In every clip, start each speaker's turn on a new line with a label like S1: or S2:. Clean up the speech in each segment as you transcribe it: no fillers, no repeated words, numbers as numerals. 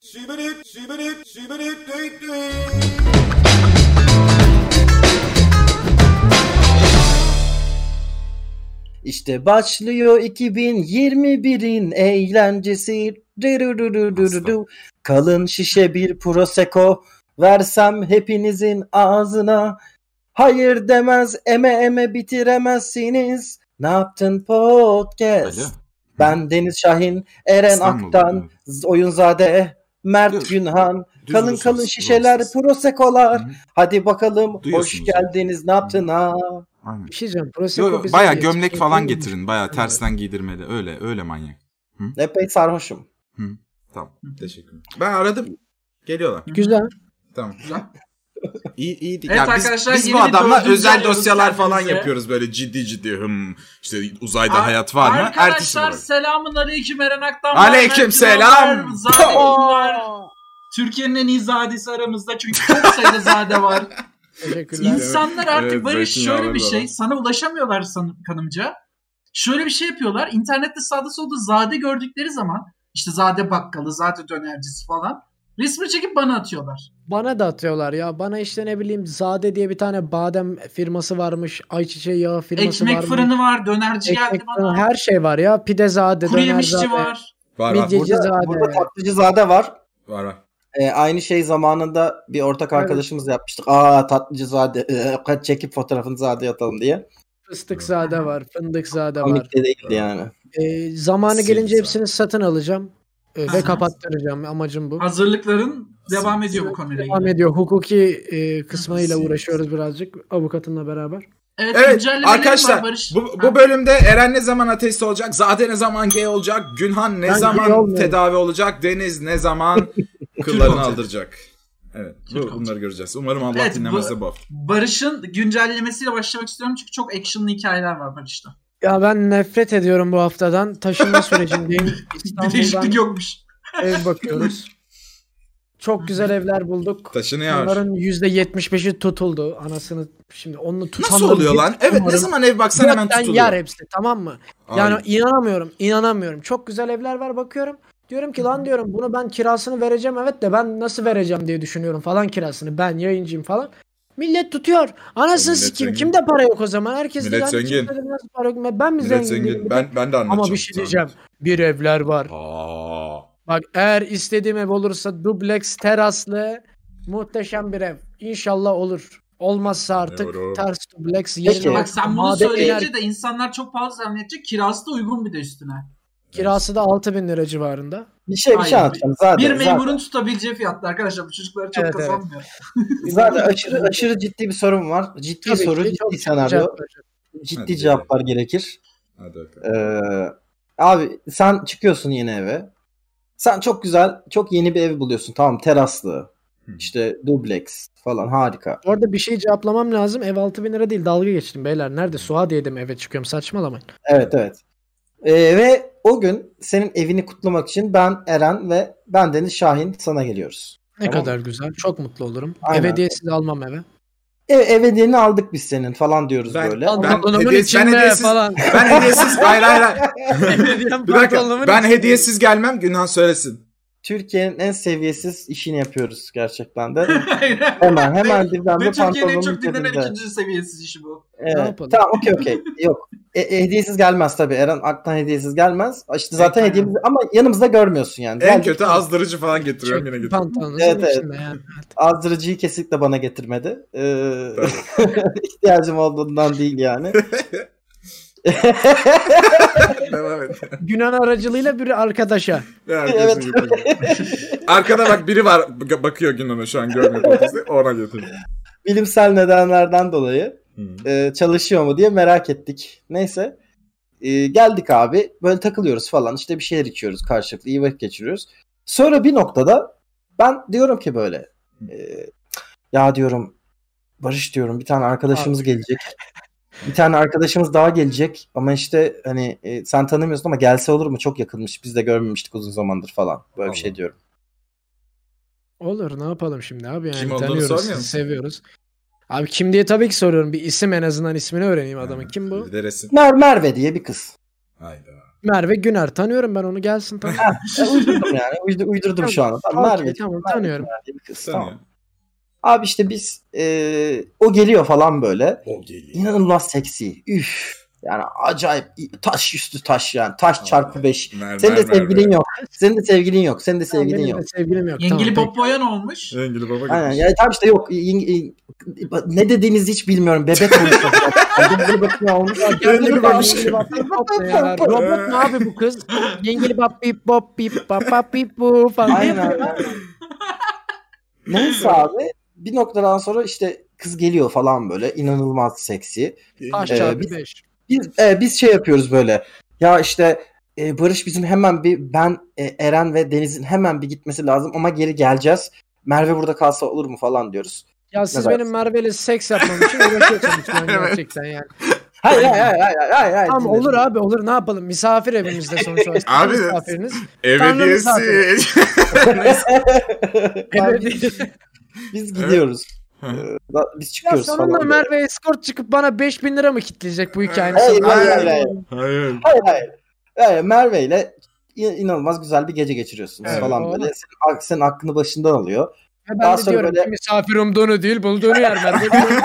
S1: İşte başlıyor 2021'in eğlencesi. Kalın şişe bir prosecco versem hepinizin ağzına. Hayır demez, eme bitiremezsiniz. Ne yaptın podcast?
S2: Alo.
S1: Ben Deniz Şahin, Eren
S2: İstanbul'da,
S1: Aktan, Oyunzade, Mert Günhan, kalın şişeler, prosecco'lar. Hadi bakalım, hoş geldiniz. Ne yaptın ha?
S2: Aynen.
S3: Bir şey diyeceğim. Prosecco bizim
S2: Baya
S3: diye
S2: gömlek
S3: çıkıyor
S2: falan
S3: değil mi?
S2: getirin. Baya tersten giydirmeli. Öyle manyak.
S1: Epey sarhoşum.
S2: Tamam. Teşekkürler. Ben aradım. Geliyorlar.
S3: Güzel.
S2: Tamam. Güzel. İyi.
S4: Evet arkadaşlar,
S2: biz bu
S4: yeni bir
S2: adamla
S4: dördüncü
S2: özel
S4: arıyoruz
S2: dosyalar falan
S4: kendimize.
S2: yapıyoruz böyle ciddi. İşte uzayda hayat var mı?
S4: Arkadaşlar selamun aleyküm, Eren Aktan.
S2: Aleyküm selam.
S4: Var. Türkiye'nin en iyi zadesi aramızda çünkü çok sayıda zade var.
S3: Teşekkürler.
S4: İnsanlar artık
S2: Evet,
S4: Barış şöyle bir
S2: zeytinyağları
S4: şey, sana ulaşamıyorlar kanımca. Şöyle bir şey yapıyorlar. İnternette sağda solda zade gördükleri zaman işte zade bakkalı, zade dönercisi falan resmi çekip bana atıyorlar.
S3: Bana da atıyorlar ya. Bana işte ne bileyim Zade diye bir tane badem firması varmış. Ayçiçeği yağı firması
S4: Ekmek
S3: varmış.
S4: fırını var, dönerci geldi
S3: Ekmek
S4: bana.
S3: fırını, her şey var ya. Pide Zade,
S4: Kuru
S3: döner
S4: yemişçi
S3: Zade.
S4: var.
S2: Var.
S3: Midyeci Zade.
S1: Burada Tatlıcızade var.
S2: Var.
S1: Aynı şey zamanında bir ortak arkadaşımız yapmıştık. Tatlıcızade çekip fotoğrafını Zade'ye atalım diye.
S3: Fıstık Zade var. Fındık Zade var.
S1: Komik de değildi yani.
S3: Zamanı gelince
S2: Zade.
S3: hepsini satın alacağım. Ve
S4: Aha.
S3: kapattıracağım. Amacım bu.
S4: Hazırlıkların devam ediyor bu konuyla
S3: Devam
S4: ilgili.
S3: ediyor. Hukuki kısmıyla uğraşıyoruz birazcık. Avukatımla beraber.
S4: Evet
S2: arkadaşlar
S4: arkadaşlar Barış.
S2: bu bölümde Eren ne zaman ateist olacak? Zade ne zaman gay olacak? Günhan ne
S3: Ben
S2: zaman
S3: gay olmuyorum.
S2: tedavi olacak? Deniz ne zaman kıllarını aldıracak? Evet. Bunları göreceğiz. Umarım Allah dinlemez de bu.
S4: Barış'ın güncellemesiyle başlamak istiyorum çünkü çok actionlı hikayeler var Barış'ta.
S3: Ya ben nefret ediyorum bu haftadan. Taşınma sürecindeyim.
S4: Bir değişiklik
S3: İstanbul'dan
S4: yokmuş.
S3: ev bakıyoruz. Çok güzel evler bulduk.
S2: Taşınıyor.
S3: Onların %75'i tutuldu. Anasını şimdi onu tutanları...
S2: Nasıl oluyor lan? Evet, ne zaman ev baksan hemen tutuluyor.
S3: Yer hepsi, tamam mı? Yani
S2: Ay.
S3: inanamıyorum. Çok güzel evler var, bakıyorum. Diyorum ki lan diyorum bunu ben kirasını vereceğim, evet de ben nasıl vereceğim diye düşünüyorum falan kirasını. Ben yayıncıyım falan. Millet tutuyor. Anasını
S2: Millet
S3: sikeyim.
S2: zengin.
S3: Kimde para yok o zaman? Herkes
S2: Millet
S3: yani
S2: zengin.
S3: kimde nasıl para yok? Ben mi
S2: Millet
S3: zengin değilim?
S2: zengin. Ben de anlatacağım.
S3: Ama bir şey diyeceğim. Bir evler var.
S2: Aa.
S3: Bak eğer istediğim ev olursa dubleks teraslı muhteşem bir ev. İnşallah olur. Olmazsa artık
S2: Olur.
S3: ters dubleks
S1: Peki.
S3: yerine
S4: Bak sen bunu
S3: maden
S4: söyleyince
S3: enerji-
S4: de insanlar çok pahalı zannedecek. Kirası da uygun bir de üstüne.
S3: kirası da 6.000 lira civarında.
S1: Bir şey
S4: Aynen.
S1: anlatacağım. Zaten,
S4: Bir memurun tutabileceği fiyatta arkadaşlar. Bu çocuklar çok
S3: Evet,
S4: kazanmıyor.
S1: zaten aşırı ciddi bir sorun var. Ciddi
S3: Tabii
S1: soru,
S3: ki,
S1: ciddi
S3: çok
S1: senaryo.
S3: cevap vereceğim.
S1: Ciddi
S2: Hadi
S1: cevaplar gerekir.
S2: Hadi bakalım.
S1: Abi sen çıkıyorsun yeni eve. Sen çok güzel, çok yeni bir ev buluyorsun. Tamam, teraslı. İşte dubleks falan, harika.
S3: Orada bir şey cevaplamam lazım. Ev 6.000 lira değil, dalga geçtim beyler. Nerede? Suadiye'de mi eve çıkıyorum? Saçmalamayın.
S1: Evet. Ve o gün senin evini kutlamak için ben Eren ve ben Deniz Şahin sana geliyoruz.
S3: Ne
S1: Tamam.
S3: kadar güzel. Çok mutlu olurum.
S1: Aynen.
S3: Ev hediyesi de almam eve.
S1: Ev hediyeni aldık biz senin falan diyoruz böyle.
S3: Pantolonumun içinde falan.
S2: Ben hediyesiz. Hayır. Bir dakika.
S3: Pantolonumun
S2: Ben
S3: içinde.
S2: hediyesiz gelmem. Günhan söylesin.
S1: Türkiye'nin en seviyesiz işini yapıyoruz gerçekten de. hemen birden
S4: Ve
S1: de
S4: Türkiye'nin en
S1: pantolonun
S4: çok dinlenen
S1: cebinde.
S4: ikinci seviyesiz işi bu.
S1: Evet.
S3: Ne yapalım?
S1: Tamam, okey. Yok. Hediyesiz gelmez tabii. Eren Aktan hediyesiz gelmez. İşte zaten
S4: Evet,
S1: hediyemizi ama yanımızda görmüyorsun yani.
S2: En
S1: Geldik.
S2: kötü azdırıcı falan getiriyorum, yine getiriyorum.
S3: Pantolonun
S1: Evet.
S3: içinde yani.
S1: Azdırıcıyı kesinlikle bana getirmedi. İhtiyacım olduğundan değil yani.
S2: Devam et.
S3: Günan aracılığıyla bir arkadaşa.
S1: Evet.
S2: Arkada bak biri var, bakıyor Günhan'a, şu an görmüyor podcast'ı, ona getir.
S1: Bilimsel nedenlerden dolayı çalışıyor mu diye merak ettik. Neyse. Geldik abi. Böyle takılıyoruz falan. İşte bir şeyler içiyoruz karşılıklı. İyi vakit geçiriyoruz. Sonra bir noktada ben diyorum ki böyle ya diyorum Barış diyorum bir tane arkadaşımız gelecek. Bir tane arkadaşımız daha gelecek ama işte hani sen tanımıyorsun ama gelse olur mu? Çok yakınmış. Biz de görmemiştik uzun zamandır falan. Böyle bir şey diyorum.
S3: Olur, ne yapalım şimdi abi yani.
S2: Kim olduğunu
S3: Tanıyoruz,
S2: sormuyor
S3: sizi
S2: musun?
S3: seviyoruz. Abi kim diye tabii ki soruyorum. Bir isim, en azından ismini öğreneyim adamın. Kim bu?
S2: Bir de resim.
S1: Merve diye bir kız.
S2: Hayda.
S3: Merve Güner tanıyorum ben onu, gelsin tanıyorum.
S1: Uydurdum yani. Uydurdum şu anda. Tamam,
S3: Okay,
S1: Merve.
S3: tamam tanıyorum.
S1: Bir kız, tamam. Abi işte biz o geliyor falan böyle.
S2: O geliyor.
S1: İnanılmaz seksi. Üf. Yani acayip taş üstü taş yani. Taş çarpı 5. Senin de sevgilin yok. Senin de sevgilin yok. Senin de sevgilin yok.
S3: Sevgilim yok.
S4: Yengili
S3: tamam,
S4: Popo'ya ne olmuş?
S2: Yengili baba
S1: Aynen.
S2: gitmiş.
S1: Yani tam işte yok. Ne dediğinizi hiç bilmiyorum. Bebek olmuş. Yengili bakma olmuş.
S3: Yengili bap robot mu abi bu kız? Yengili bap bip bop bip bap bap bip bu falan.
S1: Aynen. Neyse abi. Bir noktadan sonra işte kız geliyor falan böyle. İnanılmaz seksi.
S3: Taş çarpı 5.
S1: Biz şey yapıyoruz böyle. Ya işte Barış bizim hemen Eren ve Deniz'in hemen bir gitmesi lazım ama geri geleceğiz. Merve burada kalsa olur mu falan diyoruz.
S3: Ya siz
S1: Ne
S3: benim Merve'yle seks yapmam için uğraşıyorsunuz gerçekten yani.
S1: Hayır.
S3: Tamam olur abi olur, ne yapalım, misafir evimizde sonuç olarak.
S2: Abi
S3: misafiriniz.
S2: evediyesi.
S1: Biz gidiyoruz. Biz
S3: Ya
S1: çıkıyoruz
S3: sonunda
S1: falan.
S3: Merve escort çıkıp bana 5.000 lira mı kitleyecek bu hikayenin
S1: Hayır,
S3: sonunda?
S1: Hayır. Merve ile inanılmaz güzel bir gece geçiriyorsunuz falan böyle. Senin aklını başından alıyor.
S3: Ben
S1: Daha
S3: de
S1: sonra
S3: diyorum
S1: böyle...
S3: ki misafir umduğunu değil bulduğunu yer Merve.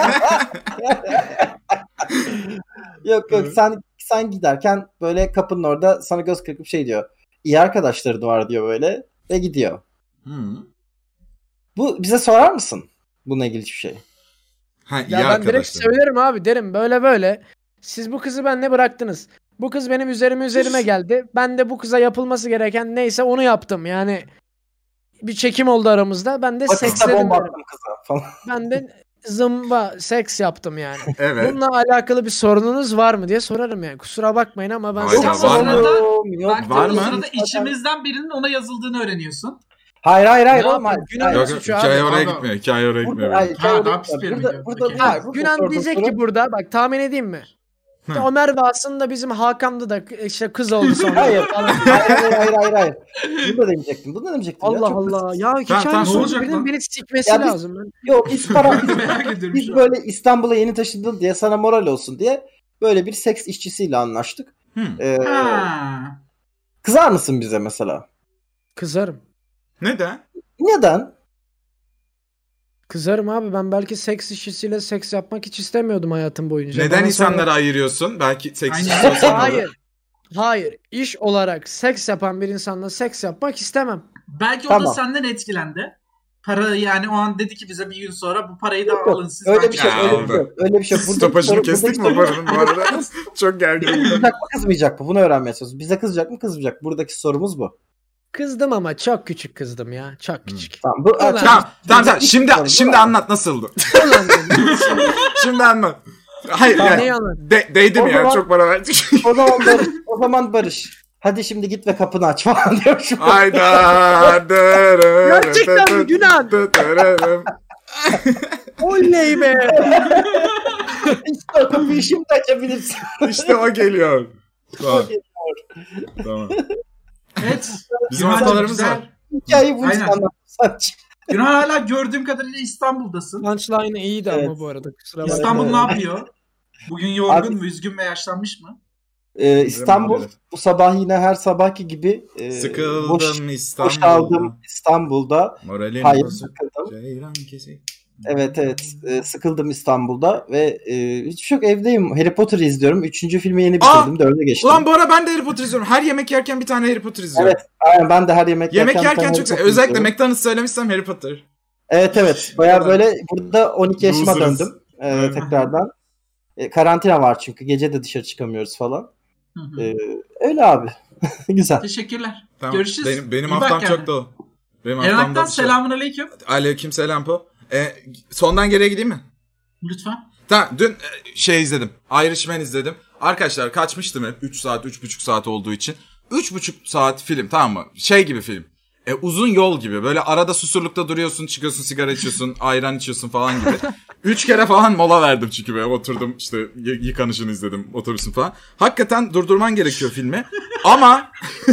S1: Yok sen giderken böyle kapının orada sana göz kırpıp şey diyor. İyi arkadaşların var diyor böyle ve gidiyor. Bu bize sorar mısın? Bununla ilgili hiçbir şey.
S3: Ya ben direkt söylerim abi, derim böyle. Siz bu kızı benimle bıraktınız. Bu kız benim üzerime geldi. Ben de bu kıza yapılması gereken neyse onu yaptım. Yani bir çekim oldu aramızda. Ben de seksledim. Ben de zımba seks yaptım yani.
S2: Evet.
S3: Bununla alakalı bir sorununuz var mı diye sorarım yani. Kusura bakmayın ama ben
S2: Var mı?
S4: O sırada içimizden birinin ona yazıldığını öğreniyorsun.
S1: Hayır.
S2: Hikaye oraya gitmiyor.
S3: Günan diyecek ki burada, bak tahmin edeyim mi? Ömer ve aslında bizim Hakan'dı da işte kız oldu sonra.
S1: Hayır. Bunu da demeyecektim.
S3: Allah Allah. Ya hikayenin sonucu birinin beni sikmesi lazım.
S1: Yok biz böyle İstanbul'a yeni taşındın diye sana moral olsun diye böyle bir seks işçisiyle anlaştık. Kızar mısın bize mesela?
S3: Kızarım.
S1: Neden?
S3: Kızarım abi, ben belki seks işçisiyle seks yapmak hiç istemiyordum hayatım boyunca.
S2: Neden insanları ayırıyorsun? Belki seks işçisi olsan
S3: Hayır. İş olarak seks yapan bir insanla seks yapmak istemem.
S4: Belki o da senden etkilendi. Para yani o an dedi ki bize bir gün sonra bu parayı da alın siz.
S1: Öyle bir şey yok.
S2: Stopajını kestik mi paranın bu arada? Çok gerginim.
S1: Kızacak mı kızmayacak mı? Bunu öğrenmeye çalışıyoruz. Bize kızacak mı kızmayacak? Buradaki sorumuz bu.
S3: Kızdım ama çok küçük kızdım ya. Çok küçük.
S2: Tamam. Şimdi anlat nasıldı? Şimdi anlat. Hayır yani. Değdi mi ya? Çok para verdik.
S1: O zaman Barış. Hadi şimdi git ve kapını aç falan diyor.
S3: Hayda. Gerçekten mi Günan? Oley be.
S1: İşte o kapıyı şimdi açabilirsin.
S2: İşte o geliyor. Tamam.
S4: Evet.
S2: Bizim hatalarımız var.
S1: Hikayeyi bu yüzden anlattım sadece.
S4: Günan hala gördüğüm kadarıyla İstanbul'dasın.
S3: Punchline iyiydi ama bu arada.
S4: İstanbul ne yapıyor? Bugün yorgun mu, üzgün mü, yaşlanmış mı?
S1: İstanbul bu sabah yine her sabahki gibi
S2: sıkıldım
S1: boşaldım İstanbul'da.
S2: Moralim
S1: hayır sıkıldım. Evet sıkıldım İstanbul'da ve hiçbir şey yok, evdeyim. Harry Potter'ı izliyorum. 3. filmi yeni bitirdim. 4'e geçtim.
S2: Ulan bu ara ben de Harry Potter izliyorum. Her yemek yerken bir tane Harry Potter izliyorum.
S1: Evet. Aynen, ben de her yemek
S2: yerken çok seviyorum. Özellikle McDonald's söylemişsem Harry Potter.
S1: Evet. Bayağı böyle burada 12 yaşıma döndüm. Tekrardan. Karantina var çünkü. Gece de dışarı çıkamıyoruz falan. Öyle abi. Güzel.
S4: Teşekkürler.
S2: Tamam.
S4: Görüşürüz.
S2: Benim haftam çok dolu.
S4: Erenak'tan selamünaleyküm.
S2: Aleykümselam po. Sondan geriye gideyim mi?
S4: Lütfen.
S2: Tamam, dün izledim. Irishman izledim. Arkadaşlar kaçmıştım hep 3 saat 3,5 saat olduğu için. 3,5 saat film, tamam mı? Şey gibi film. Uzun yol gibi. Böyle arada Susurluk'ta duruyorsun, çıkıyorsun, sigara içiyorsun, ayran içiyorsun falan gibi. 3 kere falan mola verdim çünkü böyle oturdum işte yıkanışını izledim otobüsün falan. Hakikaten durdurman gerekiyor filmi. Ama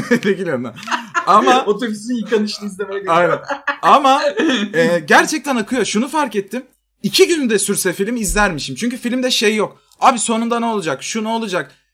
S2: ama
S4: otobüsün yıkanışını izlemeye gerekiyor.
S2: Aynen. Ama gerçekten akıyor. Şunu fark ettim. 2 günde sürse film izlermişim. Çünkü filmde şey yok. Abi sonunda ne olacak? Şu ne olacak?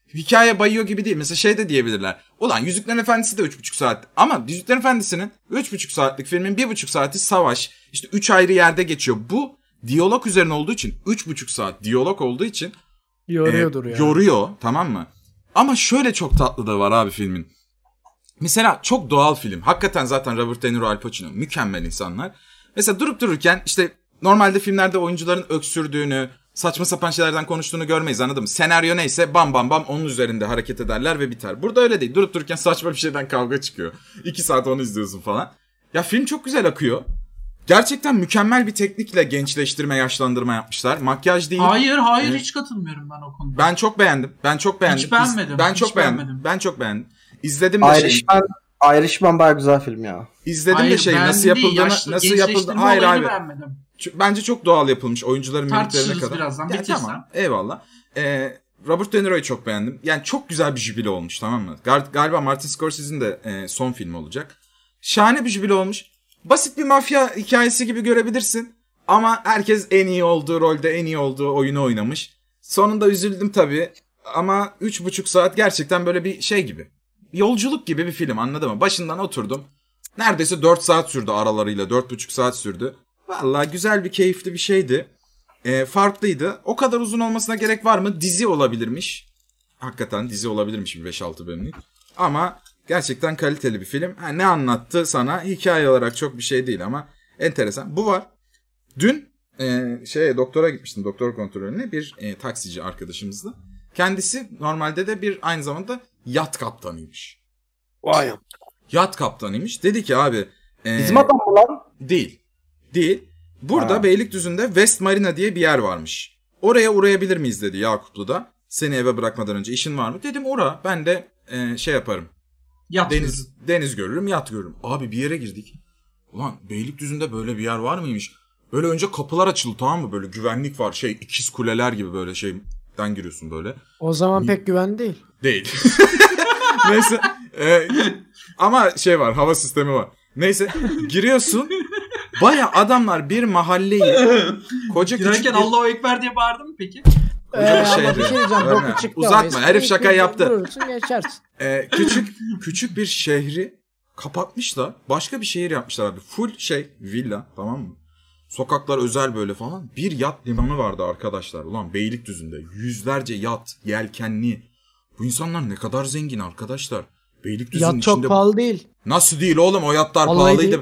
S2: hikaye bayıyor gibi değil. Mesela şey de diyebilirler. Ulan Yüzüklerin Efendisi de 3,5 saat. Ama Yüzüklerin Efendisi'nin 3,5 saatlik filmin 1,5 saati savaş. İşte 3 ayrı yerde geçiyor. Bu diyalog üzerine olduğu için 3,5 saat diyalog olduğu için
S3: yoruyordur yani.
S2: Yoruyor, tamam mı? Ama şöyle çok tatlı da var abi filmin. Mesela çok doğal film. Hakikaten zaten Robert De Niro, Al Pacino mükemmel insanlar. Mesela durup dururken işte normalde filmlerde oyuncuların öksürdüğünü, saçma sapan şeylerden konuştuğunu görmeyiz, anladın mı? Senaryo neyse bam bam bam onun üzerinde hareket ederler ve biter. Burada öyle değil. Durup dururken saçma bir şeyden kavga çıkıyor. 2 saat onu izliyorsun falan. Ya film çok güzel akıyor. Gerçekten mükemmel bir teknikle gençleştirme, yaşlandırma yapmışlar. Makyaj değil.
S4: Hayır hiç katılmıyorum ben o konuda.
S2: Ben çok beğendim.
S4: Hiç beğenmedim.
S2: Ben çok beğendim. İzledim de
S1: Irishman bayağı güzel film ya.
S2: İzledim de nasıl yapıldığını hayır. Bence çok doğal yapılmış oyuncuların mimiklerine kadar.
S4: Tartışırız birazdan. Bitirsen.
S2: Tamam. Eyvallah. Robert De Niro'yu çok beğendim. Yani çok güzel bir jübile olmuş, tamam mı? Galiba Martin Scorsese'nin de son filmi olacak. Şahane bir jübile olmuş. Basit bir mafya hikayesi gibi görebilirsin. Ama herkes en iyi olduğu rolde, en iyi olduğu oyunu oynamış. Sonunda üzüldüm tabii. Ama 3,5 saat gerçekten böyle bir şey gibi. Yolculuk gibi bir film, anladın mı? Başından oturdum. Neredeyse 4 saat sürdü aralarıyla. 4,5 saat sürdü. Vallahi güzel bir, keyifli bir şeydi. Farklıydı. O kadar uzun olmasına gerek var mı? Dizi olabilirmiş. Hakikaten dizi olabilirmiş bir 5-6 bölümlük. Ama gerçekten kaliteli bir film. Ne anlattı sana? Hikaye olarak çok bir şey değil ama enteresan. Bu var. Dün doktora gitmiştim. Doktor kontrolüne bir taksici arkadaşımızla. Kendisi normalde de aynı zamanda yat kaptanıymış.
S1: Vay.
S2: Yat kaptanıymış. Dedi ki abi.
S1: Bizim adam mı lan?
S2: Değil. Burada Beylikdüzü'nde West Marina diye bir yer varmış. Oraya uğrayabilir miyiz dedi Yakuplu'da. Seni eve bırakmadan önce işin var mı? Dedim uğra. Ben de yaparım. Deniz görürüm, yat görürüm. Abi bir yere girdik. Ulan Beylikdüzü'nde böyle bir yer var mıymış? Böyle önce kapılar açıldı, tamam mı? Böyle güvenlik var. İkiz kuleler gibi böyle şeyden giriyorsun böyle.
S3: O zaman pek güvenli değil.
S2: Değil. Neyse. Ama var, hava sistemi var. Neyse giriyorsun. Baya adamlar bir mahalleyi koca küçük
S4: girerken Allahu Ekber diye bağırdı mı peki?
S2: Koca
S3: bir şey diyeceğim. Boku çıktı.
S2: Uzatma, herif şaka yaptı.
S3: Vurursun, geçersin.
S2: Küçük bir şehri kapatmışlar. Başka bir şehir yapmışlar abi. Full villa, tamam mı? Sokaklar özel böyle falan. Bir yat limanı vardı arkadaşlar. Ulan Beylikdüzü'nde yüzlerce yat, yelkenli. Bu insanlar ne kadar zengin arkadaşlar. Beylikdüzü'nün
S3: yat çok pahalı değil.
S2: Nasıl değil oğlum, o yatlar
S3: vallahi
S2: pahalıydı.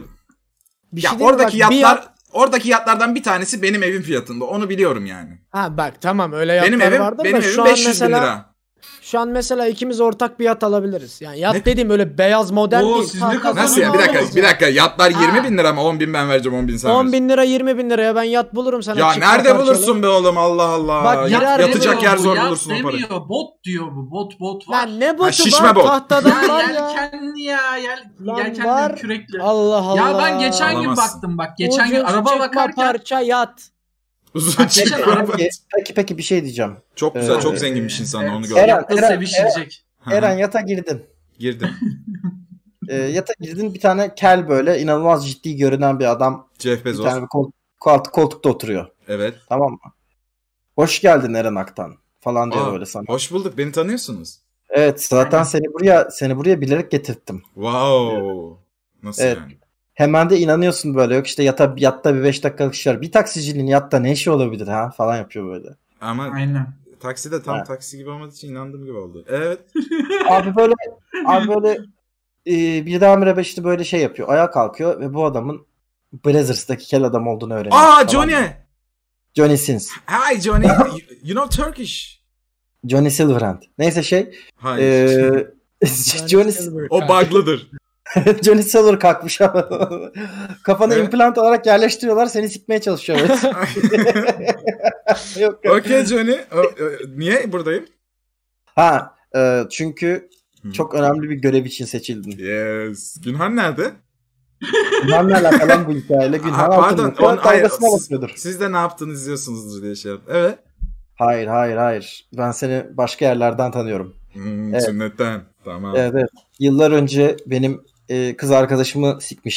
S2: Oradaki yatlardan bir tanesi benim evim fiyatında. Onu biliyorum yani.
S3: Ha bak tamam, öyle yatlar vardır
S2: benim
S3: da
S2: evim 500 bin lira.
S3: Şu an mesela ikimiz ortak bir yat alabiliriz. Yani yat dediğim öyle beyaz model değil.
S2: Nasıl ya? Bir dakika. Yatlar 20 bin lira mı? 10 bin ben vereceğim, 10 bin sen
S3: 10 bin lira 20 bin liraya ben yat bulurum sana.
S2: Ya nerede bulursun be oğlum, Allah Allah.
S3: Bak,
S2: yatacak yer zor
S4: yat
S2: bulursun o parayı.
S4: Demiyor, bot diyor bu. Bot var.
S3: Lan ne botu
S2: şişme
S3: bot. Tahtadan var ya.
S4: Yelkenli
S3: var.
S4: Kürekli.
S3: Allah Allah.
S4: Ya ben geçen gün baktım bak. Geçen gün araba bakarken.
S3: Parça yat.
S2: Uzun çıkma.
S1: Peki bir şey diyeceğim.
S2: Çok güzel, çok zenginmiş insan, onu gördüm.
S1: Eren yata girdin.
S2: Girdim.
S1: Yata girdin, bir tane kel böyle inanılmaz ciddi görünen bir adam.
S2: Jeff Bezos.
S1: Bir tane koltukta oturuyor.
S2: Evet.
S1: Tamam mı? Hoş geldin Eren Aktan falan diyor böyle sana.
S2: Hoş bulduk, beni tanıyorsunuz.
S1: Evet, zaten seni buraya bilerek getirttim.
S2: Wow. Nasıl yani?
S1: Hemen de inanıyorsun böyle, yok işte yatta bir 5 dakikalık iş var. Bir taksicinin yatta ne işi olabilir ha falan yapıyor böyle.
S2: Ama
S4: aynen.
S2: Taksi de tam taksi gibi olmadığı için inandığım gibi oldu. Evet.
S1: abi böyle birdenbire işte böyle yapıyor. Ayağa kalkıyor ve bu adamın Brazzers'taki kel adam olduğunu öğreniyor.
S2: Johnny!
S1: Johnny Sins.
S2: Hi Johnny. You know Turkish.
S1: Johnny Silverhand. Neyse
S2: Hayır.
S1: Johnny
S2: o bug'lıdır.
S1: Johnny Silver kalkmış ama. Kafana implant olarak yerleştiriyorlar, seni sikmeye çalışıyor. Yok.
S2: Okey Johnny. Niye buradayım?
S1: Çünkü çok önemli bir görev için seçildin.
S2: Yes. Günhan nerede?
S1: Günhan'la alakalı bu hikayeyle. Günhan altında dalgasına bakıyordur.
S2: Siz de ne yaptığını izliyorsunuzdur diye şey yaptım. Evet.
S1: Hayır. Ben seni başka yerlerden tanıyorum.
S2: Sünnetten. Tamam.
S1: Evet. Yıllar önce benim kız arkadaşımı sikmiştin.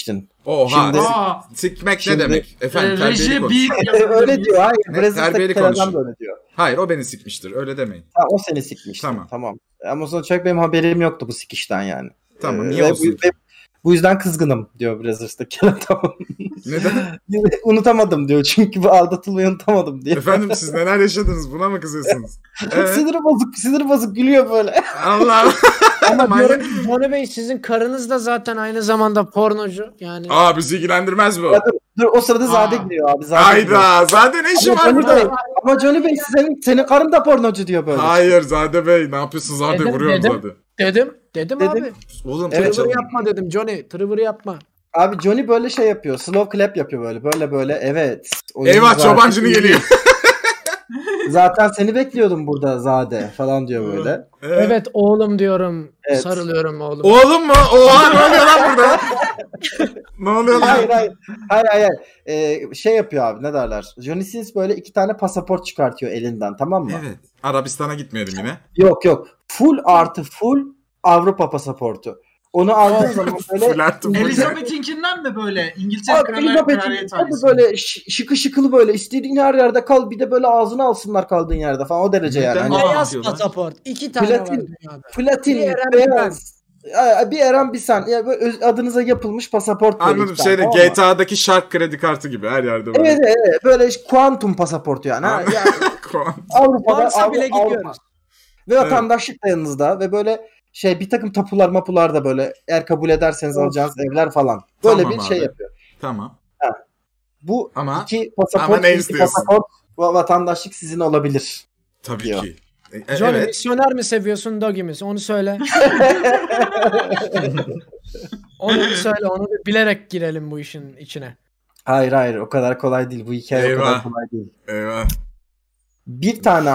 S2: Oha.
S1: Şimdi-
S2: Sikmek
S1: Şimdi-
S2: ne demek? Efendim terbiyeli
S4: Reji
S2: konuş.
S4: bir
S1: Öyle diyor. Hayır.
S2: Ne,
S1: Brezilya'daki
S2: terbiyeli
S1: keladan
S2: konuşun.
S1: da öyle diyor.
S2: Hayır o beni sikmiştir. Öyle demeyin.
S1: Ha, o seni sikmişti.
S2: Tamam.
S1: Tamam. Ama sonuç olarak benim haberim yoktu bu sikişten yani.
S2: Tamam niye
S1: Ve
S2: olsun?
S1: bu yüzden kızgınım diyor Brazzers'taki adam.
S2: Neden?
S1: Unutamadım diyor. Çünkü bu aldatılmayı unutamadım diyor.
S2: Efendim siz neler yaşadınız? Buna mı kızıyorsunuz? Evet.
S1: Sinir bozuk gülüyor böyle.
S2: Allah.
S3: Ama
S2: Manyak.
S3: diyorum ki Johnny Bey sizin karınız da zaten aynı zamanda pornocu. Yani
S2: Aa bizi ilgilendirmez bu.
S1: Ya dur o sırada Zade giriyor abi. Zade giriyor.
S2: Hayda. Zaten ne işi
S1: Ama
S2: var
S1: Johnny
S2: burada?
S1: Bey, ama Johnny Bey senin karın da pornocu diyor böyle.
S2: Hayır Zade Bey. Ne yapıyorsun Zade?
S3: Dedim,
S2: Vuruyorum
S3: dedim.
S2: Zade.
S3: dedim
S1: Dedim.
S3: abi.
S2: Oğlum
S1: Evet,
S2: kaçalım.
S3: Tırvır yapma dedim Johnny. Tırvır yapma.
S1: Abi Johnny böyle şey yapıyor. Slow clap yapıyor böyle. Böyle evet. Oyun
S2: Eyvah
S1: zaten
S2: çobancını
S1: iyi.
S2: geliyor.
S1: Zaten seni bekliyordum burada Zade falan diyor böyle.
S3: Evet oğlum diyorum.
S1: Evet.
S3: Sarılıyorum oğlum.
S2: Oğlum mu? Oha ne oluyor lan burada? Ne oluyor lan?
S1: Hayır. Şey yapıyor abi ne derler. Johnny Sins böyle 2 tane pasaport çıkartıyor elinden tamam mı?
S2: Evet. Arabistan'a gitmeyelim yine.
S1: Yok. Full Avrupa pasaportu. Onu aldığın zaman böyle
S2: Flörtüm.
S4: Elizabeth'inkinden mi böyle? İngiltere
S1: Abi Elizabeth'in
S4: kraliyet
S1: tabii
S4: ailesi.
S1: böyle şıkılı böyle istediğin her yerde kal bir de böyle ağzını alsınlar kaldığın yerde falan o derece yani.
S2: Neden
S1: Hani
S2: ya?
S3: Beyaz
S2: yapıyorlar?
S3: pasaport. 2 tane
S1: Platin.
S3: var dünyada.
S1: platin,
S3: Bir Eren,
S1: beyaz. Bir Eren bir sen. Ya böyle adınıza yapılmış pasaport böyle.
S2: Anladım
S1: iki tane,
S2: şeyde
S1: tamam mı?
S2: GTA'daki Shark kredi kartı gibi her yerde böyle.
S1: Evet böyle kuantum pasaportu yani. Ha, ya, Avrupa'da
S3: Varsa bile gidiyoruz.
S1: Ve vatandaşlık da yanınızda ve böyle bir takım tapular mapular da böyle eğer kabul ederseniz alacağınız evler falan. Böyle
S2: Tamam
S1: bir şey
S2: abi.
S1: yapıyor.
S2: Tamam.
S1: Bu
S2: Ama-
S1: iki
S2: ama
S1: pasaport,
S2: ne
S1: iki
S2: istiyorsun?
S1: pasaport vatandaşlık sizin olabilir.
S2: Tabii
S1: Diyor.
S2: ki.
S3: Johnny
S2: Evet.
S3: misyoner mi seviyorsun Doggy mi? Onu söyle. Onu söyle. Onu bir bilerek girelim bu işin içine.
S1: Hayır o kadar kolay değil. Bu hikaye o kadar
S2: Eyvah.
S1: kolay değil.
S2: Eyvah.
S1: Bir tane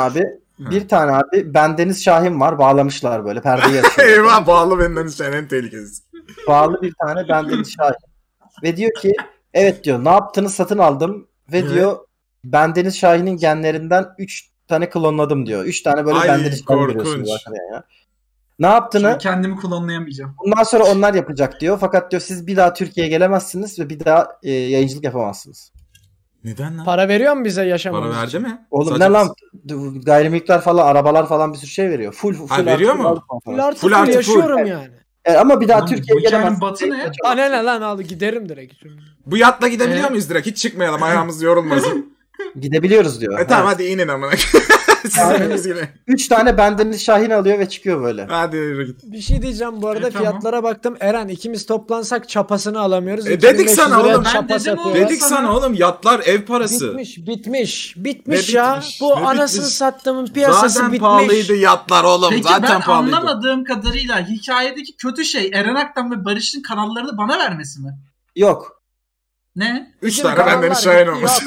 S1: abi bendeniz Şahin var bağlamışlar böyle perdeyi açıyor.
S2: Eyvah bağlı benden sen en tehlikesi.
S1: Bağlı bir tane bendeniz Şahin. Ve diyor ki evet diyor ne yaptığını satın aldım ve
S2: Evet.
S1: diyor bendeniz Şahin'in genlerinden 3 tane klonladım diyor. 3 tane böyle
S2: Ay,
S1: bendeniz Şahin
S2: korkunç.
S1: görüyorsunuz arkadaşlar ya. Ne yaptığını
S4: Şimdi kendimi klonlayamayacağım.
S1: bundan sonra onlar yapacak diyor. Fakat diyor siz bir daha Türkiye'ye gelemezsiniz ve bir daha yayıncılık yapamazsınız.
S2: Neden lan?
S3: Para veriyor mu bize yaşamamız
S2: Para
S3: için?
S2: verdi mi?
S1: Oğlum
S2: Sadece-
S1: ne lan gayrimülkler falan arabalar falan bir sürü şey veriyor. Full
S2: Ha, veriyor mu?
S3: Full artı
S2: Full
S3: full
S2: artı full.
S3: yaşıyorum yani.
S1: Ama bir daha
S4: Oğlum,
S1: Türkiye'ye
S4: bu hikayenin
S1: gelemezsiniz.
S4: batı ne?
S3: Anne ne lan al giderim direkt.
S2: Bu yatla gidebiliyor muyuz direkt? Hiç çıkmayalım ayağımız yorulmasın.
S1: Gidebiliyoruz diyor.
S2: Tamam hadi inin amına. Sizleriniz yine.
S1: 3 tane bendeniz Şahin alıyor ve çıkıyor böyle.
S2: Hadi yürü git.
S3: Bir şey diyeceğim bu arada
S4: Tamam.
S3: fiyatlara baktım. Eren ikimiz toplansak çapasını alamıyoruz.
S2: Dedik
S3: 2500
S2: sana
S3: liraya
S2: oğlum, ben
S3: çapa
S4: dedim
S3: satıyorlar.
S4: oğlum.
S2: Dedik sana oğlum yatlar ev parası.
S3: Bitmiş
S2: Ne
S3: ya.
S2: bitmiş?
S3: Bu
S2: Ne
S3: anasını
S2: bitmiş?
S3: sattığımın piyasası
S2: Zaten
S3: bitmiş.
S2: pahalıydı yatlar oğlum.
S4: Peki
S2: Zaten
S4: ben
S2: pahalıydı.
S4: anlamadığım kadarıyla hikayedeki kötü şey Eren Aktan ve Barış'ın kanallarını bana vermesi mi?
S1: Yok.
S4: Ne?
S2: 3
S3: Bizim
S2: tane benden
S3: kanallar
S2: Şahin
S3: yok,
S2: olmuş.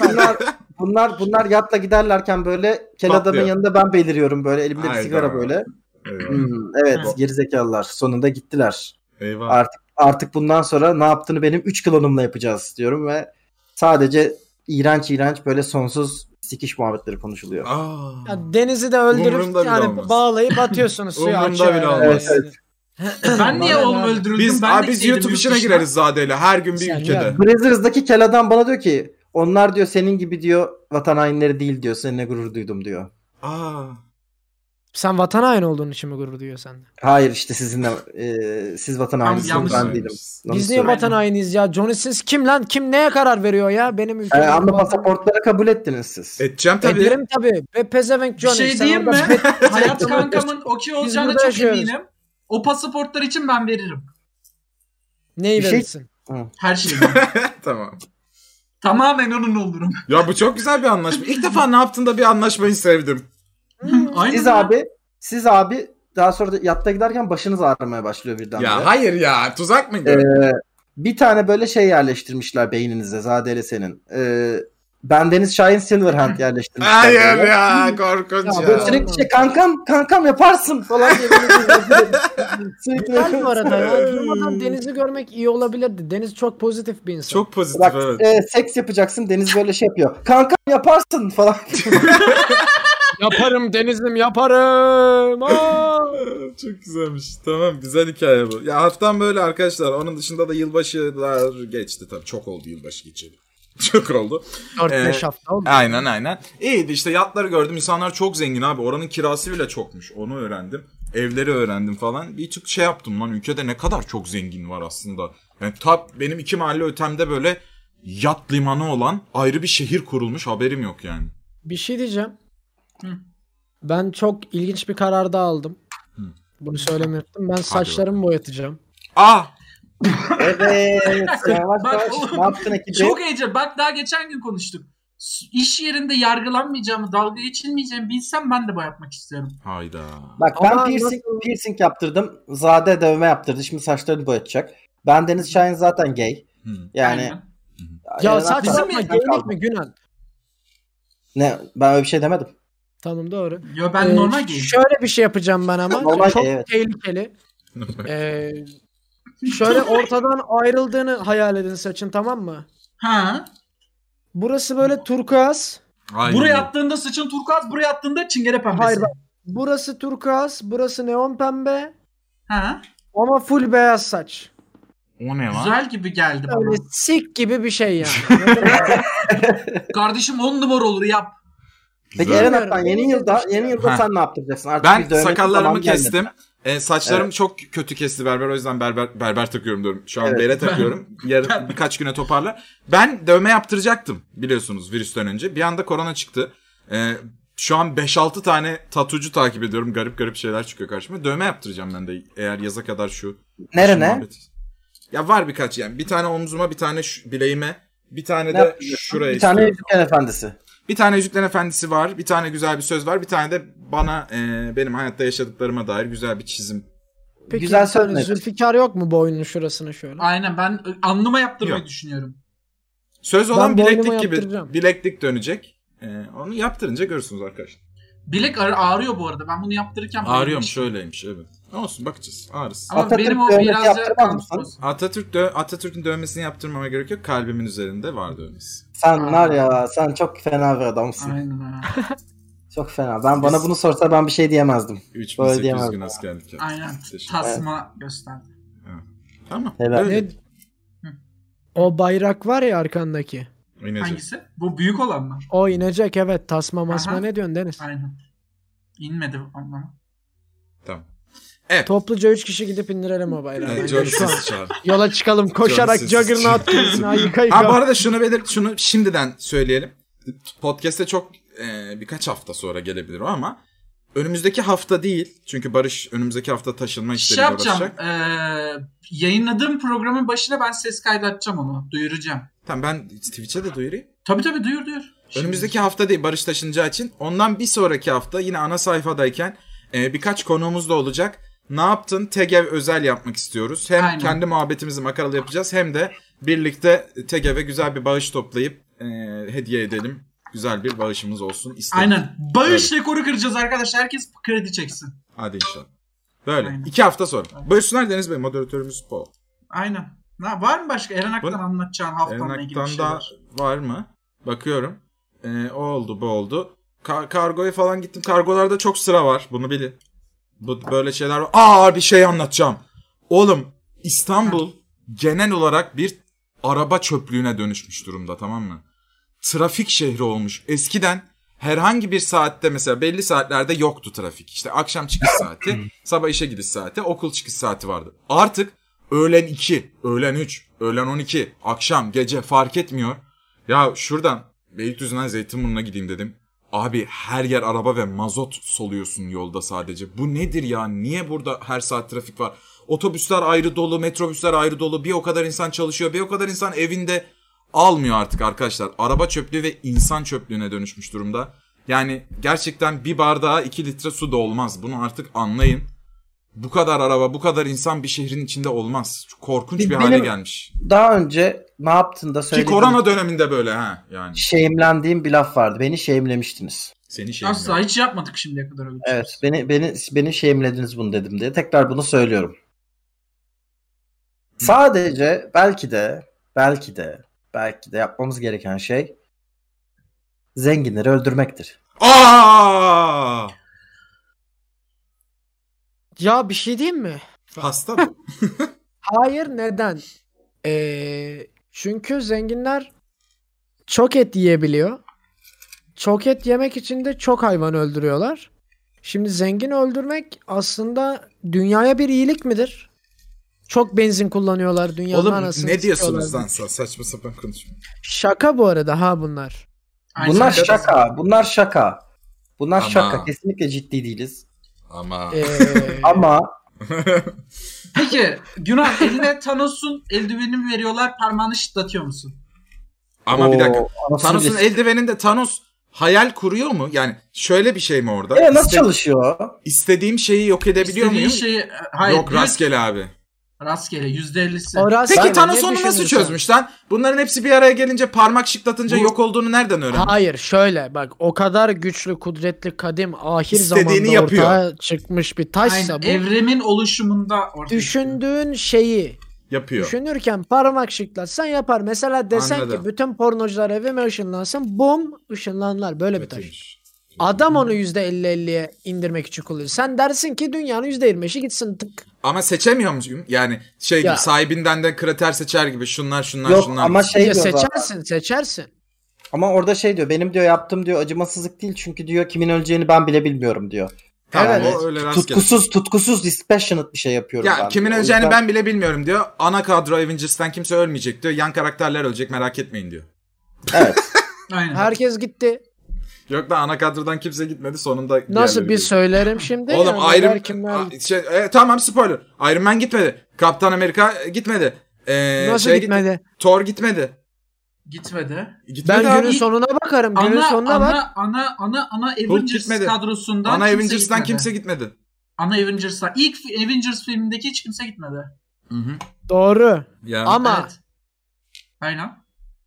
S1: Bunlar yatla giderlerken böyle kel adamın
S2: Patlıyor.
S1: yanında ben beliriyorum böyle elimde bir
S2: Hayda.
S1: sigara böyle.
S2: Eyvah.
S1: Evet
S4: Ha.
S1: gerizekalılar sonunda gittiler.
S2: Eyvah.
S1: Artık bundan sonra ne yaptığını benim 3 klonumla yapacağız diyorum ve sadece iğrenç böyle sonsuz sikiş muhabbetleri konuşuluyor.
S2: Aa.
S3: Ya Deniz'i de öldürüp
S2: Umurumda bile
S3: yani
S2: olmaz.
S3: bağlayıp atıyorsunuz suya
S2: Umurumda
S3: açıyor.
S2: bile
S3: yani.
S2: olmaz.
S1: Evet.
S4: Ben niye
S3: Bana
S4: oğlum
S3: ne?
S4: öldürüldüm?
S2: Biz
S4: ben de
S2: biz
S4: gideydim
S2: YouTube
S4: yurt
S2: işine
S4: dışına.
S2: gireriz Zade'yle her gün bir
S3: Sen
S2: ülkede.
S3: ya.
S1: Brazzers'daki kel adam bana diyor ki onlar diyor senin gibi diyor vatan hainleri değil diyor. Seninle gurur duydum diyor.
S2: Aa.
S3: Sen vatan haini olduğun için mi gurur duyuyor sende?
S1: Hayır işte sizinle siz vatan hainisiniz
S4: yanlış
S1: ben
S2: söylemiş.
S1: değilim.
S3: Biz
S1: Onu
S3: niye
S1: söyleyeyim.
S3: vatan hainiyiz ya? Johnny Sins kim lan? Kim neye karar veriyor ya? Benim ülkemde.
S1: Ama pasaportları kabul ettiniz siz.
S2: Edeceğim tabii.
S3: Ederim tabii. Ve pezevenk
S4: Bir
S3: Johnny.
S4: şey
S3: sen
S4: diyeyim
S3: orada
S4: mi?
S3: bet-
S4: Hayat kankamın okey olacağına
S3: burada
S4: çok
S3: yaşıyoruz.
S4: eminim. O pasaportlar için ben veririm.
S3: Neyi
S1: Bir şey-
S3: verirsin?
S4: Her şeyi.
S2: Tamam.
S4: Tamamen onun olurum.
S2: Ya bu çok güzel bir anlaşma. İlk defa ne yaptığında bir anlaşmayı sevdim.
S4: Aynen.
S1: Siz abi daha sonra da yatta giderken başınız ağrımaya başlıyor birden.
S2: Ya hayır ya tuzak mıydı?
S1: Bir tane böyle şey yerleştirmişler beyninize Zadeli senin. Bendeniz Şahin Silverhand yerleştirmişler.
S2: Hayır
S1: böyle.
S2: ya korkunç
S3: Ya
S2: ya.
S1: Böyle sürekli kankam yaparsın falan diye böyle sürekli
S3: Güzel bu arada ya. Durmadan Deniz'i görmek iyi olabilirdi. Deniz çok pozitif bir insan.
S2: Çok pozitif
S1: Bak
S2: evet.
S1: seks yapacaksın Deniz böyle şey yapıyor. Kankam yaparsın falan.
S3: Yaparım Deniz'im yaparım.
S2: Çok güzelmiş. Tamam, güzel hikaye bu. Ya haftam böyle arkadaşlar. Onun dışında da yılbaşılar geçti tabii. Çok oldu yılbaşı geçeli. Çok oldu.
S3: 4-5 hafta oldu.
S2: Aynen. İyiydi işte, yatları gördüm. İnsanlar çok zengin abi. Oranın kirası bile çokmuş. Onu öğrendim. Evleri öğrendim falan. Bir tık şey yaptım lan. Ülkede ne kadar çok zengin var aslında. Yani benim 2 mahalle ötemde böyle yat limanı olan ayrı bir şehir kurulmuş. Haberim yok yani.
S3: Bir şey diyeceğim. Ben çok ilginç bir karar da aldım. Bunu söylemedim. Ben saçlarımı boyatacağım.
S1: Evet. Yavaş
S4: Bak
S1: yavaş.
S4: oğlum,
S1: Ne yaptın ekibi?
S4: çok heyecan. Bak daha geçen gün konuştuk. İş yerinde yargılanmayacağımı, dalga geçilmeyeceğimi bilsem ben de boyatmak istiyorum.
S2: Hayda.
S1: Bak ben
S3: Ama
S1: piercing yaptırdım. Zade dövme yaptırdı. Şimdi saçlarını boyatacak. Ben Deniz Şahin zaten gay. Yani
S4: Aynen.
S3: Ya
S1: saç
S3: saç yapma
S4: bizim-
S3: geylik mi Günal?
S1: Ne, ben öyle bir şey demedim.
S3: Tamam doğru.
S4: Yo ben normal giyim.
S3: Şöyle bir şey yapacağım ben ama.
S1: Normal
S3: çok
S1: gay, evet.
S3: tehlikeli. Şöyle ortadan ayrıldığını hayal edin saçın, tamam mı?
S4: Ha.
S3: Burası böyle turkuaz.
S2: Aynen.
S4: Buraya attığında saçın turkuaz, buraya attığında çingene pembesi.
S3: Hayır bak. Burası turkuaz, burası neon pembe
S4: Ha.
S3: ama full beyaz saç.
S2: O ne lan?
S4: Güzel gibi geldi bana.
S3: Böyle sik gibi bir şey yani.
S4: Kardeşim 10 numara olur yap.
S1: Peki
S2: Güzel.
S1: Eren Aktan yeni yılda
S2: Ha.
S1: sen ne yaptıracaksın? Artık
S2: Ben
S1: bir dövme
S2: sakallarımı
S1: zamanı gelmedi.
S2: kestim. Saçlarım çok kötü kesti berber, o yüzden berber takıyorum diyorum. Şu an
S1: Evet.
S2: bere takıyorum. Yarın birkaç güne toparlar. Ben dövme yaptıracaktım biliyorsunuz virüsten önce. Bir anda korona çıktı. Şu an 5-6 tane tatucu takip ediyorum. Garip garip şeyler çıkıyor karşıma. Dövme yaptıracağım ben de eğer yaza kadar şu.
S1: Nerene?
S2: muhabbeti. Ya var birkaç yani. Bir tane omzuma, bir tane bileğime, bir tane
S1: Ne
S2: de
S1: yapacaksın?
S2: şuraya
S1: Bir tane
S2: istiyorum.
S1: Yüzüklerin Efendisi.
S2: Bir tane Yüzüklerin Efendisi var. Bir tane güzel bir söz var. Bir tane de bana benim hayatta yaşadıklarıma dair güzel bir çizim.
S3: Peki
S1: Güzel
S3: bir tane
S1: söz ne?
S3: Zülfikar yok mu boynunun şurasına şöyle?
S4: Aynen ben alnıma yaptırmayı
S2: Yok.
S4: düşünüyorum.
S2: Söz olan
S3: Ben boynuma
S2: bileklik gibi.
S3: yaptıracağım.
S2: Bileklik dönecek. Onu yaptırınca görürsünüz arkadaşlar.
S4: Bilek ağrıyor bu arada. Ben bunu yaptırırken
S2: Ağrıyormuş, şöyleymiş evet. Olsun, bakacağız. Ağrısı.
S4: Ama
S1: Atatürk
S4: benim o
S1: dövmesi
S4: biraz
S1: yaptırmaz mısın?
S2: Atatürk'ün dövmesini yaptırmama gerek yok. Kalbimin üzerinde var dövmesi.
S1: Sen var ya, sen çok fena bir adamsın.
S4: Aynen ha.
S1: Çok fena. Bana bunu sorsa ben bir şey diyemezdim.
S2: 3800
S1: diyemem.
S2: gün askerlik yaptım.
S4: Aynen.
S2: Teşekkür-
S4: Tasma gösterdi.
S2: Tamam.
S1: Helal.
S2: Öyle.
S3: Ne? O bayrak var ya arkandaki.
S2: İnecek.
S4: Hangisi? Bu büyük olan mı?
S3: O inecek, evet. Tasma masma,
S4: Aha.
S3: ne diyorsun Deniz?
S4: Aynen. İnmedi ama.
S2: Tamam. Evet.
S3: Topluca 3 kişi gidip indirelim o bayrağı. Bence
S2: John
S3: şu an.
S2: Sins çağır.
S3: Yola çıkalım koşarak
S2: John Sins.
S3: Juggernaut gibi yıka
S2: Ha, bu
S3: yıka.
S2: arada şunu şimdiden söyleyelim. Podcast'e çok birkaç hafta sonra gelebilir o ama önümüzdeki hafta değil. Çünkü Barış önümüzdeki hafta taşınma
S4: Şey
S2: işleriyle
S4: yapacağım.
S2: uğraşacak.
S4: Yayınladığım programın başına ben ses kaydı açacağım onu. Duyuracağım.
S2: Tamam, ben Twitch'e de duyurayım.
S4: Tabii duyur.
S2: Önümüzdeki hafta değil, Barış taşınacağı için. Ondan bir sonraki hafta yine ana sayfadayken birkaç konuğumuz da olacak. Ne yaptın? TEGEV özel yapmak istiyoruz. Hem
S4: Aynen.
S2: kendi muhabbetimizi makaralı yapacağız, hem de birlikte TEGEV'e güzel bir bağış toplayıp hediye edelim. Güzel bir bağışımız olsun istedim.
S4: Aynen. Bağış rekoru kıracağız arkadaşlar. Herkes kredi çeksin.
S2: Hadi inşallah. Böyle.
S4: Aynen.
S2: 2 hafta sonra. Buyursunlar Deniz Bey, moderatörümüz bu.
S4: Aynen. Var mı başka Eren Ak'tan
S2: Bu-
S4: anlatacağın haftanla ilgili bir
S2: Ernak'tan da
S4: şeyler?
S2: var mı? Bakıyorum. O oldu, bu oldu. Kargoya falan gittim. Kargolarda çok sıra var. Bunu bilin. Böyle şeyler var. Bir şey anlatacağım. Oğlum, İstanbul genel olarak bir araba çöplüğüne dönüşmüş durumda, tamam mı? Trafik şehri olmuş. Eskiden herhangi bir saatte, mesela belli saatlerde yoktu trafik. İşte akşam çıkış saati, sabah işe gidiş saati, okul çıkış saati vardı. Artık öğlen 2, öğlen 3, öğlen 12, akşam, gece fark etmiyor. Ya şuradan Beylikdüzü'nden Zeytinburnu'na gideyim dedim. Abi her yer araba ve mazot soluyorsun yolda sadece. Bu nedir ya? Niye burada her saat trafik var? Otobüsler ayrı dolu, metrobüsler ayrı dolu. Bir o kadar insan çalışıyor, bir o kadar insan evinde. Almıyor artık arkadaşlar. Araba çöplüğü ve insan çöplüğüne dönüşmüş durumda. Yani gerçekten bir bardağa 2 litre su da olmaz. Bunu artık anlayın. Bu kadar araba, bu kadar insan bir şehrin içinde olmaz. Çok korkunç bir hale gelmiş.
S1: Daha önce ne yaptın da
S2: Ki
S1: söylediğin,
S2: korona döneminde böyle ha yani.
S1: shame'lendiğim bir laf vardı. Beni shame'lemiştiniz.
S2: Seni şey
S4: Asla hiç yapmadık şimdiye kadar öyle bir şey.
S1: Evet, beni shame'lediniz bunu dedim diye. Tekrar bunu söylüyorum. Sadece belki de yapmamız gereken şey zenginleri öldürmektir.
S2: Aa!
S3: Ya bir şey diyeyim mi?
S2: Hasta bu.
S3: Hayır, neden? Çünkü zenginler çok et yiyebiliyor. Çok et yemek için de çok hayvan öldürüyorlar. Şimdi zengin öldürmek aslında dünyaya bir iyilik midir? Çok benzin kullanıyorlar dünyanın
S2: Oğlum
S3: anasını
S2: ne diyorsunuz
S3: sikiyorlar.
S2: lan, saçma sapan konuşma.
S3: Şaka bu arada ha bunlar.
S1: Bunlar şaka. Bunlar şaka. Bunlar
S2: Ama-
S1: şaka. Kesinlikle ciddi değiliz.
S2: Ama
S1: Ama
S4: Peki Günhan, eline Thanos'un eldivenini veriyorlar, parmağını şıklatıyor musun?
S2: ama bir dakika.
S1: anasını
S2: Thanos'un
S1: bile-
S2: eldiveninde Thanos hayal kuruyor mu? Yani şöyle bir şey mi orada?
S1: Nasıl çalışıyor?
S2: İstediğim şeyi yok edebiliyor
S4: İstediğin
S2: muyum?
S4: şeyi... Hayır,
S2: Yok, rastgele abi.
S4: Rastgele %50'si.
S3: O rastgele,
S2: Peki Thanos
S3: ne
S2: onu nasıl
S3: düşünüyorsun?
S2: çözmüş lan? Bunların hepsi bir araya gelince parmak şıklatınca
S4: Bu-
S2: yok olduğunu nereden öğrenmiş?
S3: Hayır, şöyle bak, o kadar güçlü, kudretli, kadim, ahir
S2: İstediğini
S3: zamanda
S2: yapıyor.
S3: ortaya çıkmış bir taşsa
S4: Aynen,
S3: bu,
S4: evremin oluşumunda ortaya
S3: düşündüğün şeyi
S2: Yapıyor.
S3: düşünürken parmak şıklatsan yapar. Mesela desen
S2: Anladım.
S3: ki bütün pornocular evime ışınlansın, bum, ışınlanlar, böyle bir taş.
S2: Kötüymüş.
S3: Adam onu %50-50'ye indirmek için kullanıyor. Sen dersin ki dünyanın %25'i gitsin, tık.
S2: Ama seçemiyor muyum? Yani şey gibi,
S3: Ya.
S2: sahibinden de krater seçer gibi, şunlar
S1: Yok
S2: şunlar.
S1: ama şey
S3: Ya
S1: diyor zaten.
S3: seçersin.
S1: Ama orada şey diyor. Benim diyor yaptığım diyor acımasızlık değil. Çünkü diyor kimin öleceğini ben bile bilmiyorum diyor.
S2: Tamam,
S3: Evet.
S2: o öyle rastgele.
S1: Tutkusuz dispassionate bir şey yapıyorum
S2: Ya
S1: ben.
S2: kimin
S1: diyor. O
S2: öleceğini
S1: yüzden-
S2: ben bile bilmiyorum diyor. Ana kadro Avengers'tan kimse ölmeyecek diyor. Yan karakterler ölecek, merak etmeyin diyor.
S1: Evet.
S4: Aynen.
S3: Herkes gitti.
S2: Yok da ana kadrodan kimse gitmedi, sonunda
S3: Nasıl
S2: diğerleri
S3: bir
S2: geldi.
S3: söylerim şimdi?
S2: Oğlum
S3: Yani
S2: Iron
S3: kimler-
S2: tamam, spoiler. Iron Man gitmedi. Kaptan Amerika gitmedi.
S3: Nasıl
S2: şey
S3: gitmedi?
S2: Thor gitmedi.
S4: Gitmedi.
S2: Gitmedi
S3: Ben
S2: abi.
S3: günün sonuna bakarım. Günün sonuna bak.
S4: Ana
S2: Hulk
S4: Avengers
S2: gitmedi.
S4: kadrosundan
S2: Ana
S4: kimse
S2: Avengers'tan
S4: gitmedi.
S2: kimse gitmedi.
S4: Ana Avengers'tan. İlk Avengers filmindeki hiç kimse gitmedi.
S2: Hı hı.
S3: Doğru.
S2: Ya.
S3: Ama
S4: Evet. Aynen.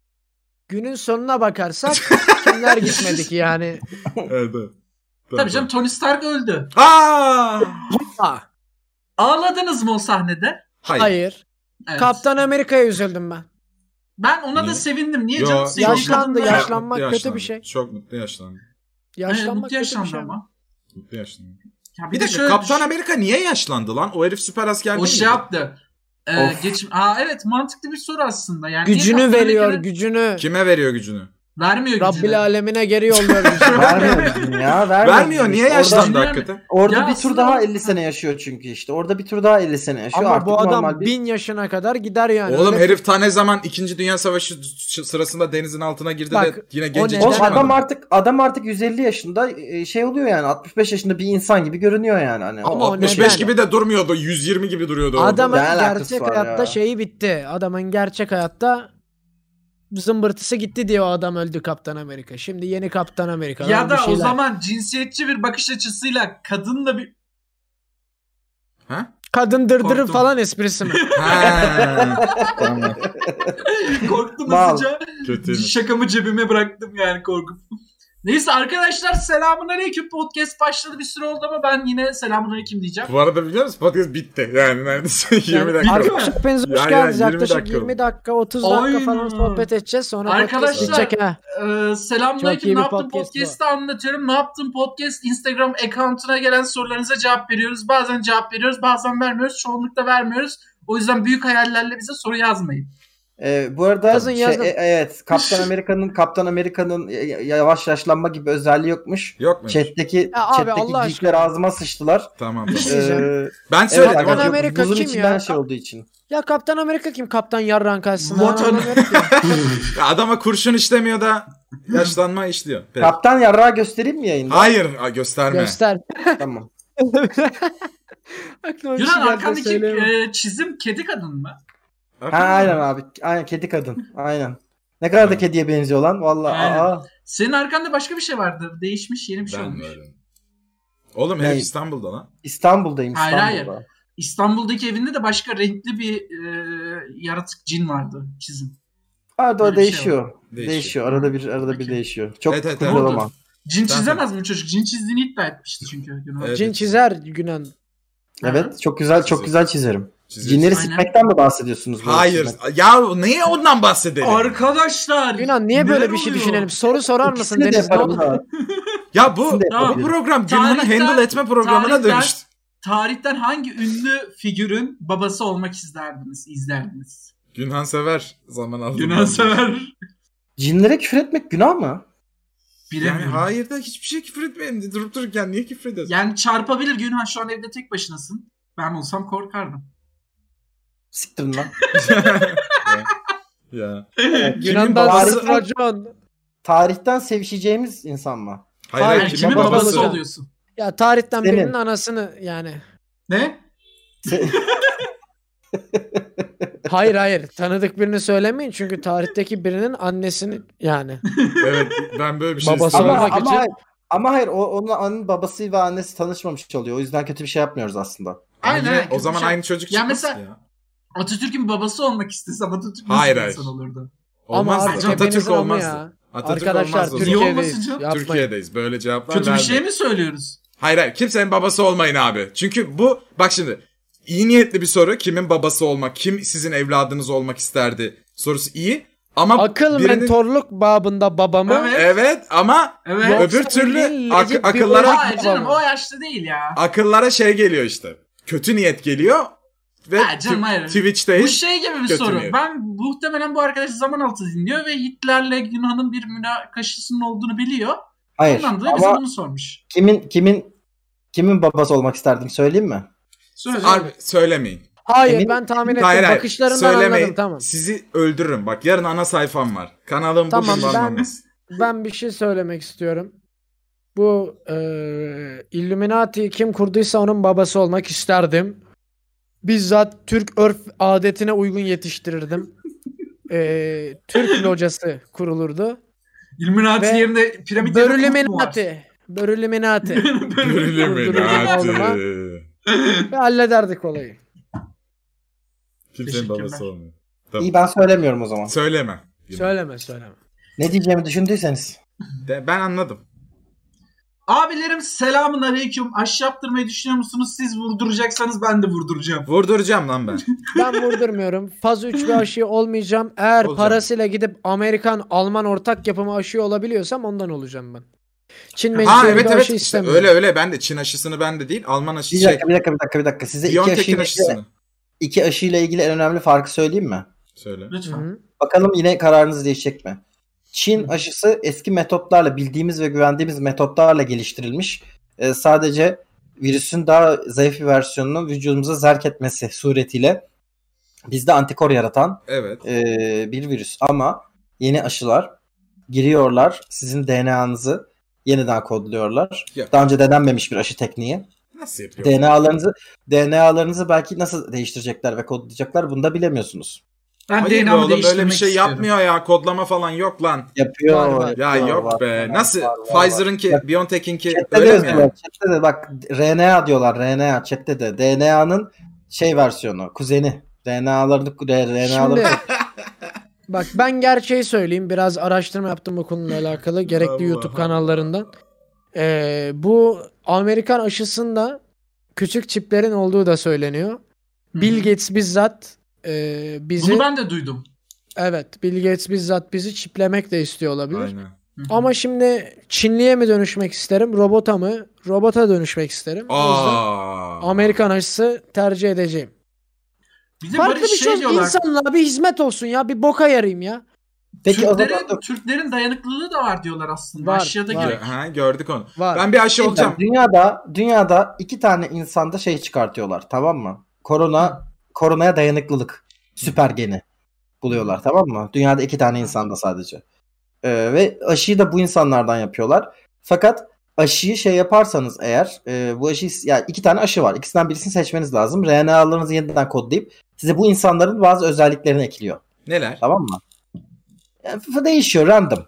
S3: günün sonuna bakarsak kimler gitmedik yani.
S2: Evet, evet.
S4: Tabii canım, Tony Stark öldü.
S2: Aa!
S3: Ha,
S4: Ağladınız mı o sahnede?
S3: hayır.
S4: Evet.
S3: Kaptan Amerika'ya üzüldüm ben.
S4: Ben ona
S2: Niye?
S4: da sevindim. Niye
S2: Yo,
S4: canım? Sevdiği
S3: yaşlandı,
S4: kadınlar-
S3: yaşlanmak
S2: Mutlu
S3: kötü bir
S2: yaşlandı.
S3: şey.
S2: Çok mutlu yaşlandı.
S4: Aynen,
S3: Yaşlanmak
S4: mutlu
S3: kötü bir
S4: yaşlandı
S3: şey.
S4: ama.
S2: Mutlu yaşlandı.
S4: Ya
S2: Bir
S4: de
S2: dakika,
S4: şöyle
S2: Kaptan
S4: düşün-
S2: Amerika niye yaşlandı lan? O herif süper asker
S4: O
S2: değil
S4: şey
S2: miydi?
S4: yaptı.
S1: Of.
S4: Evet, mantıklı bir soru aslında. Yani niye
S3: Gücünü
S4: Kaptan
S3: veriyor,
S4: Amerika'nın-
S3: gücünü.
S2: Kime veriyor gücünü?
S4: Vermiyor gücünü.
S3: Rabbil alemine geri yolluyor gücünü.
S1: Vermiyor bizim ya.
S2: Vermiyor. Niye
S1: Orada-
S2: yaşlandı
S4: Orada-
S2: hakikaten?
S1: Orada
S4: Ya
S1: bir tur
S4: aslında
S1: daha
S4: o-
S1: 50 sene yaşıyor çünkü işte. Orada bir tur daha 50 sene yaşıyor.
S3: Ama
S1: Artık
S3: bu adam
S1: normal bir...
S3: 1000 yaşına kadar gider yani.
S2: Oğlum
S3: Öyle-
S2: herif ta ne zaman 2. Dünya Savaşı sırasında denizin altına girdi
S3: Bak,
S2: de yine
S3: o
S2: gencecik
S3: ne-
S1: Oğlum
S2: çıkmadı.
S1: adam artık 150 yaşında şey oluyor yani 65 yaşında bir insan gibi görünüyor yani hani.
S3: Ama o
S2: 65
S3: neden?
S2: gibi de durmuyordu. 120 gibi duruyordu orada.
S3: Adamın
S1: Ne alakası
S3: gerçek
S1: var
S3: hayatta
S1: ya?
S3: şeyi bitti. Adamın gerçek hayatta zımbırtısı gitti diye o adam öldü, Kaptan Amerika. Şimdi yeni Kaptan Amerika.
S4: Ya da
S3: bir
S4: o
S3: şeyler.
S4: zaman cinsiyetçi bir bakış açısıyla kadınla bir...
S2: Ha?
S3: Kadın dırdırı
S4: Korktum.
S3: falan esprisi mi?
S2: Ha. Tamam.
S4: Korktum
S1: Mal.
S4: hızlıca.
S2: Kötüymüş.
S4: Şakamı cebime bıraktım yani, korkup. Neyse arkadaşlar, selamünaleyküm. Podcast başladı, bir süre oldu ama ben yine selamünaleyküm diyeceğim.
S2: Bu arada biliyor musun? Podcast bitti. Yani neredeyse 20 dakika.
S3: Arkadaşlar hepiniz hoş
S2: Yani
S3: geldiniz.
S2: 20
S3: Yaklaşık
S2: dakika
S3: 20 dakika 30 dakika
S4: Aynen.
S3: falan sohbet edeceğiz. Sonra podcast
S4: Arkadaşlar,
S3: bitecek ha. Çok
S4: Selamünaleyküm.
S3: iyi
S4: Ne
S3: bir
S4: yaptın
S3: podcast
S4: podcast'ı anlatıyorum. Ne yaptın podcast Instagram account'una gelen sorularınıza cevap veriyoruz. Bazen cevap veriyoruz, bazen vermiyoruz. Çoğunlukla vermiyoruz. O yüzden büyük hayallerle bize soru yazmayın.
S1: Bu arada
S3: Yazın.
S1: evet Kaptan Amerika'nın yavaş yaşlanma gibi özelliği yokmuş.
S2: Yok mu?
S1: Chat'teki
S3: Ya abi, Allah
S1: geekler
S3: aşkına.
S1: ağzıma sıçtılar.
S2: Tamam
S3: Bir şey
S2: tamam.
S3: diyeceğim.
S2: Ben
S1: Evet,
S2: söyledim.
S3: Kaptan
S2: oğlum.
S3: Amerika
S1: buzun
S3: kim
S1: içinden
S3: ya?
S1: şey olduğu için.
S3: Ya Kaptan Amerika kim? Kaptan Yarran karşısında.
S4: Vatan-
S3: Anlamıyorum ki.
S2: Ya adama kurşun işlemiyor da yaşlanma işliyor. Peki.
S1: Kaptan yarrağı göstereyim mi yayında?
S2: Hayır, gösterme.
S3: Göster.
S1: Tamam.
S3: Aklıma bir şey
S4: Yunan,
S3: geldi,
S4: arkandaki
S3: söyleyemem.
S4: çizim kedi kadın mı?
S1: Ha, aynen abi. Aynen kedi kadın. Aynen. Ne kadar da kediye benziyor lan. Vallahi.
S4: Aynen.
S1: Aa.
S4: Senin arkanda başka bir şey vardı. Değişmiş, yeni bir şey
S2: Ben
S4: olmuş.
S2: böyle. Oğlum
S1: Ne?
S2: herif İstanbul'da lan.
S1: İstanbul'dayım.
S4: Hayır,
S1: İstanbul'da.
S4: hayır. İstanbul'daki evinde de başka renkli bir yaratık cin vardı, çizim.
S1: Arada
S4: Böyle bir şey
S1: değişiyor.
S2: Değişiyor.
S1: Değişiyor. Arada bir
S4: Peki.
S1: değişiyor. Çok
S2: Evet, evet,
S1: kurcalama.
S4: Cin
S2: Tamam.
S4: çizemez mi çocuk? Cin çizdiğini iddia etmişti çünkü. Yunan.
S2: Evet.
S3: Cin çizer Günan.
S1: Evet, çok güzel çok güzel çizerim.
S2: Çiziyorsun.
S1: Cinleri
S4: Aynen.
S1: sikmekten mi bahsediyorsunuz? böyle
S2: Hayır.
S1: çizmek?
S2: Ya niye ondan bahsedelim?
S4: Arkadaşlar.
S3: Günan niye böyle
S4: neler
S3: bir şey
S4: oluyor?
S3: düşünelim? Soru sorar mısın
S1: İkisini de
S3: Deniz? Ne
S1: yaparım
S3: olur?
S1: da.
S2: Ya bu program Günhan'ı handle etme programına dönüştü.
S4: Tarihten hangi ünlü figürün babası olmak izlerdiniz?
S2: Günhan Sever zaman aldı.
S4: Günhan Sever.
S1: Cinlere küfür etmek günah mı?
S2: Yani hayır da hiçbir şey küfür etmeyin. Durup dururken niye küfür ediyorsun?
S4: Yani çarpabilir Günhan, şu an evde tek başınasın. Ben olsam korkardım.
S1: Siktirin lan.
S2: Ya.
S3: Günhan'dan
S1: tarihten sevişeceğimiz insan mı?
S2: Hayır,
S4: kimin babası oluyorsun?
S3: Ya tarihten birinin anasını yani.
S4: Ne?
S3: Hayır. Tanıdık birini söylemeyin çünkü tarihteki birinin annesini yani.
S2: Evet, ben böyle bir şey
S3: babası
S2: istiyorum.
S1: Ama hayır, onun babası ve annesi tanışmamış oluyor. O yüzden kötü bir şey yapmıyoruz aslında.
S4: Aynen.
S2: O zaman aynı çocuk çıkmaz
S4: mesela,
S2: ya.
S4: Atatürk'ün babası olmak istesem Atatürk
S2: hayır.
S4: insan olurdu.
S2: Olmaz.
S3: Ama
S2: Atatürk olmaz.
S3: Arkadaşlar
S2: Türkiye'deyiz. Böyle cevaplar
S4: kötü bir şey mi söylüyoruz?
S2: Hayır. Kimsenin babası olmayın abi. Çünkü bu bak şimdi iyi niyetli bir soru. Kimin babası olmak, kim sizin evladınız olmak isterdi sorusu iyi. Ama
S3: akıl mentorluk babında babamı.
S2: Evet ama öbür türlü akıllara
S4: canım o yaşta değil ya.
S2: Akıllara şey geliyor işte. Kötü niyet geliyor. Ve Twitch'teyiz.
S4: Bu şey gibi bir soru. Niyet. Ben muhtemelen bu arkadaş zaman altı dinliyor ve Hitler'le Günhan'ın bir münakaşasının olduğunu biliyor.
S1: Hayır.
S4: Ondan dolayı bize bunu sormuş.
S1: Kimin babası olmak isterdin söyleyeyim mi?
S2: Abi söylemeyin.
S3: Hayır ben tahmin ettim.
S2: Hayır,
S3: bakışlarından
S2: söylemeyin.
S3: Anladım tamam.
S2: Sizi öldürürüm. Bak yarın ana sayfam var. Kanalım
S3: tamam,
S2: bugün banlanmaz.
S3: Ben bir şey söylemek istiyorum. Bu Illuminati'yi kim kurduysa onun babası olmak isterdim. Bizzat Türk örf adetine uygun yetiştirirdim. Türk locası kurulurdu.
S4: Illuminati yerine piramit
S3: Börülüminati. Ve hallederdik olayı.
S2: Kimsenin babası olmuyor. Tamam.
S1: İyi ben söylemiyorum o zaman.
S2: Söyleme.
S3: Söyleme.
S1: Ne diyeceğimi düşündüyseniz.
S2: Ben anladım.
S4: Abilerim selamun aleyküm. Aşı yaptırmayı düşünüyor musunuz? Siz vurduracaksanız ben de vurduracağım.
S2: Vurduracağım lan ben.
S3: Ben vurdurmuyorum. Faz 3 bir aşı olmayacağım. Eğer parasıyla gidip Amerikan, Alman ortak yapımı aşı olabiliyorsam ondan olacağım ben. Çin meclisi aşı istemiyorum.
S2: Öyle ben de Çin aşısını ben de değil Alman aşısı
S1: Bir dakika. Size iki aşıyla ilgili en önemli farkı söyleyeyim mi?
S2: Söyle.
S4: Lütfen.
S3: Hı-hı.
S1: Bakalım yine kararınız değişecek mi? Çin aşısı eski metotlarla, bildiğimiz ve güvendiğimiz metotlarla geliştirilmiş. Sadece virüsün daha zayıf bir versiyonunu vücudumuza zerk etmesi suretiyle bizde antikor yaratan bir virüs. Ama yeni aşılar giriyorlar, sizin DNA'nızı yeniden kodluyorlar. Daha önce denenmemiş bir aşı tekniği.
S2: Nasıl yapıyor?
S1: DNA'larınızı belki nasıl değiştirecekler ve kodlayacaklar bunu da bilemiyorsunuz.
S4: Ben
S2: hayır
S4: DNA'mı
S2: oğlum böyle bir şey
S4: istiyorum.
S2: yapmıyor ya. Kodlama falan yok lan.
S1: Yapıyor.
S2: Ya yok be. Nasıl? Pfizer'ınki, BioNTech'inki
S1: öyle mi yani? Chat'te de bak RNA diyorlar. RNA chat'te de. DNA'nın versiyonu. Kuzeni.
S3: Şimdi bak ben gerçeği söyleyeyim. Biraz araştırma yaptım bu konuyla alakalı. Gerekli YouTube kanallarından. Bu Amerikan aşısında küçük çiplerin olduğu da söyleniyor. Bill Gates bizzat bizi...
S4: Bunu ben de duydum.
S3: Evet. Bill Gates bizzat bizi çiplemek de istiyor olabilir.
S2: Aynen.
S3: Ama şimdi Çinliye mi dönüşmek isterim? Robota mı? Robota dönüşmek isterim. O yüzden Amerikan aşısı tercih edeceğim.
S4: Bir de
S3: farklı bir şey
S4: diyorlar.
S3: İnsanlığa bir hizmet olsun ya. Bir boka yarayım ya.
S1: Peki
S4: Türklerin dayanıklılığı da var diyorlar aslında.
S3: Var,
S4: Aşıya da
S3: var.
S4: gerek.
S2: Gördük onu.
S3: Var.
S2: Ben bir aşı olacağım.
S1: Dünyada 2 tane insanda çıkartıyorlar, tamam mı? Koronaya dayanıklılık süper geni buluyorlar, tamam mı? Dünyada 2 tane insanda sadece. Ve aşıyı da bu insanlardan yapıyorlar. Fakat aşıyı yaparsanız eğer bu aşıyı yani 2 tane aşı var. İkisinden birisini seçmeniz lazım. RNA'larınızı yeniden kodlayıp size bu insanların bazı özelliklerini ekliyor.
S2: Neler?
S1: Tamam mı? Yani değişiyor random.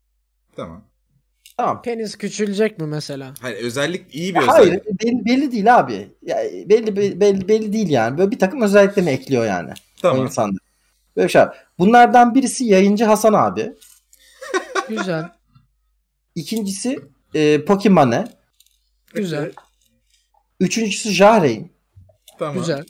S1: Tamam.
S3: Penis küçülecek mi mesela?
S2: Hayır özellik iyi bir özellik.
S1: Hayır belli değil abi. Yani belli değil yani. Böyle bir takım özelliklerini ekliyor yani.
S2: Tamam.
S1: O insanlar. Böyle bir şey. Bunlardan birisi yayıncı Hasan abi.
S3: Güzel.
S1: İkincisi Pokimane.
S3: Güzel.
S1: Üçüncüsü Jahreyn.
S2: Tamam.
S3: Güzel.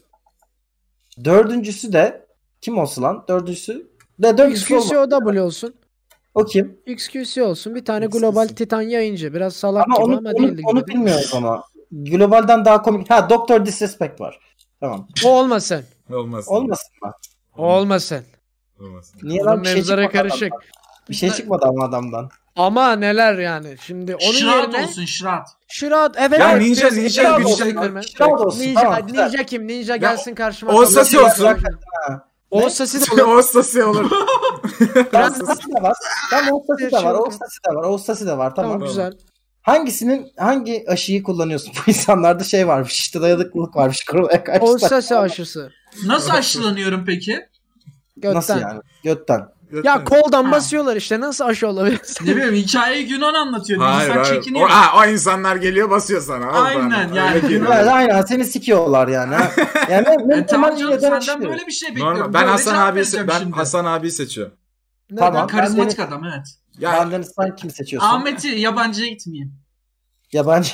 S1: Dördüncüsü de kim olsun lan? Dördüncüsü
S3: QCOW olsun.
S1: O kim?
S3: XQC olsun. Bir tane Global Titan yayıncı. Biraz salak
S1: Ama
S3: gibi
S1: onu,
S3: ama
S1: onu,
S3: değildi
S1: onu
S3: gibi.
S1: bilmiyoruz ama. Global'den daha komik. Ha, Doktor Disrespect var. Tamam.
S3: O olmasın.
S2: Olmasın mı?
S3: O olmasın.
S1: Niye
S3: Onun
S1: lan, bir şey
S3: mevzuları
S1: çıkmadı
S3: karışık.
S1: adamdan. Bir şey çıkmadı ama adamdan.
S3: Ama neler yani. Şimdi onun
S4: Shroud
S3: yerine
S4: olsun Shroud.
S3: Shroud, evet.
S2: Ya
S3: evet,
S2: Ninja
S3: biraz
S2: Shroud
S3: güçlendirme.
S1: Shroud olsun.
S3: Ninja,
S1: Tamam, güzel.
S3: Ninja kim? Ninja gelsin karşıma.
S2: o Sasi olsun.
S3: O Sasi de olur.
S2: O Sasi olur.
S1: Oğuz Sasi de var. Tamam, Oğuz Sasi de var. Oğuz Sasi de var. Oğuz Sasi de var. Tamam.
S3: Tamam, güzel.
S1: Hangi aşıyı kullanıyorsun? Bu insanlarda şey varmış. İşte dayanıklılık varmış koronaya karşı.
S3: O Sasi aşısı.
S4: Nasıl aşılanıyorum peki?
S3: Götten.
S1: Nasıl yani? Götten.
S3: Ya koldan basıyorlar işte. Nasıl aşı olabilir?
S4: Ne bileyim, hikayeyi Yunan anlatıyor.
S2: Hayır,
S4: İnsan
S2: hayır.
S4: çekiniyor.
S2: O insanlar geliyor basıyor sana.
S4: Aynen, yani.
S2: Öyle geliyor.
S1: Evet, aynen seni sikiyorlar yani. Ha. Yani
S4: Tamam canım, senden böyle bir şey bekliyorum.
S2: Normal. Ben
S4: Böyle
S2: Hasan
S4: cevap
S2: abi
S4: vereceğim şimdi.
S2: Hasan abi seçiyorum.
S1: Tamam.
S4: Karizmatik adam, evet.
S2: Ya
S1: Benden sen kim seçiyorsun?
S4: Ahmet'i yabancıya gitmeyeyim.
S1: Yabancı.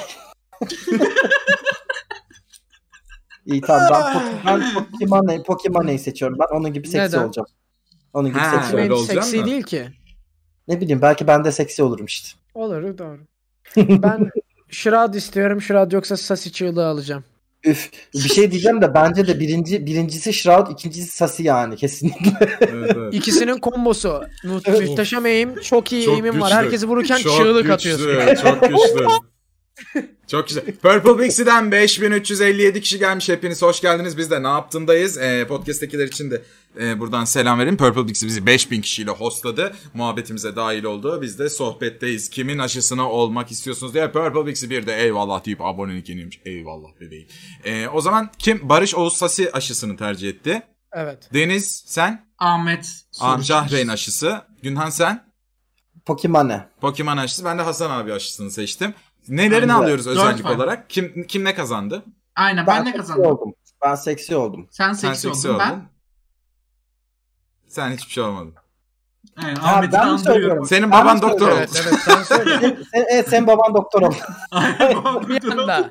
S1: İyi, tamam, ben Pokemon'u seçiyorum. Ben onun gibi seksi
S3: Neden?
S1: olacağım. Onun gibi
S2: Ha,
S1: seksi
S2: öyle
S1: olacağım.
S3: Benim
S2: olacak
S3: seksi
S2: mı?
S3: değil ki.
S1: Ne bileyim, belki ben de seksi olurum işte.
S3: Olur, doğru. Ben Shroud istiyorum. Shroud yoksa Sasi çığlığı alacağım.
S1: Üf, bir şey diyeceğim de bence de birincisi Shroud, ikincisi Sasi yani kesinlikle.
S2: evet.
S3: İkisinin kombosu. Muhteşem eğim. Çok iyi
S2: Çok
S3: eğimim var.
S2: güçlü.
S3: Herkesi vururken
S2: Çok
S3: çığlık
S2: güçlü,
S3: atıyorsun.
S2: Çok güçlü. Çok güzel. Purple Pixi'den 5357 kişi gelmiş. Hepiniz hoş geldiniz. Biz de ne yaptığındayız. Podcast'tekiler için de buradan selam verin. Purple Pixie bizi 5000 kişiyle hostladı. Muhabbetimize dahil oldu. Biz de sohbetteyiz. Kimin aşısına olmak istiyorsunuz diye. Purple Pixie bir de eyvallah deyip abonelik yenilmiş. Eyvallah bebeğim. O zaman kim? Barış Oğuz Sasi aşısını tercih etti.
S3: Evet.
S2: Deniz sen?
S4: Ahmet.
S2: Cahreyn aşısı. Günhan sen?
S1: Pokemon
S2: aşısı. Ben de Hasan abi aşısını seçtim. Nelerini
S1: Aynen.
S2: alıyoruz özellik
S4: 4 var.
S2: olarak? Kim ne kazandı?
S4: Aynen, ben ne kazandım?
S1: oldum. Ben seksi oldum.
S4: Sen
S2: Sen
S4: seksi
S2: seksi
S4: oldun.
S2: oldun.
S4: Ben.
S2: Sen hiçbir şey olmadın.
S4: Aynen,
S1: Ha,
S4: Ahmet'i
S1: ben mi
S4: andırıyorum.
S1: söylüyorum?
S2: Senin
S1: Ben
S2: baban
S1: mi
S2: doktor
S1: söylüyorum?
S2: oldu.
S3: Evet sen söyle.
S1: Sen baban doktor oldu.
S3: Bir anda.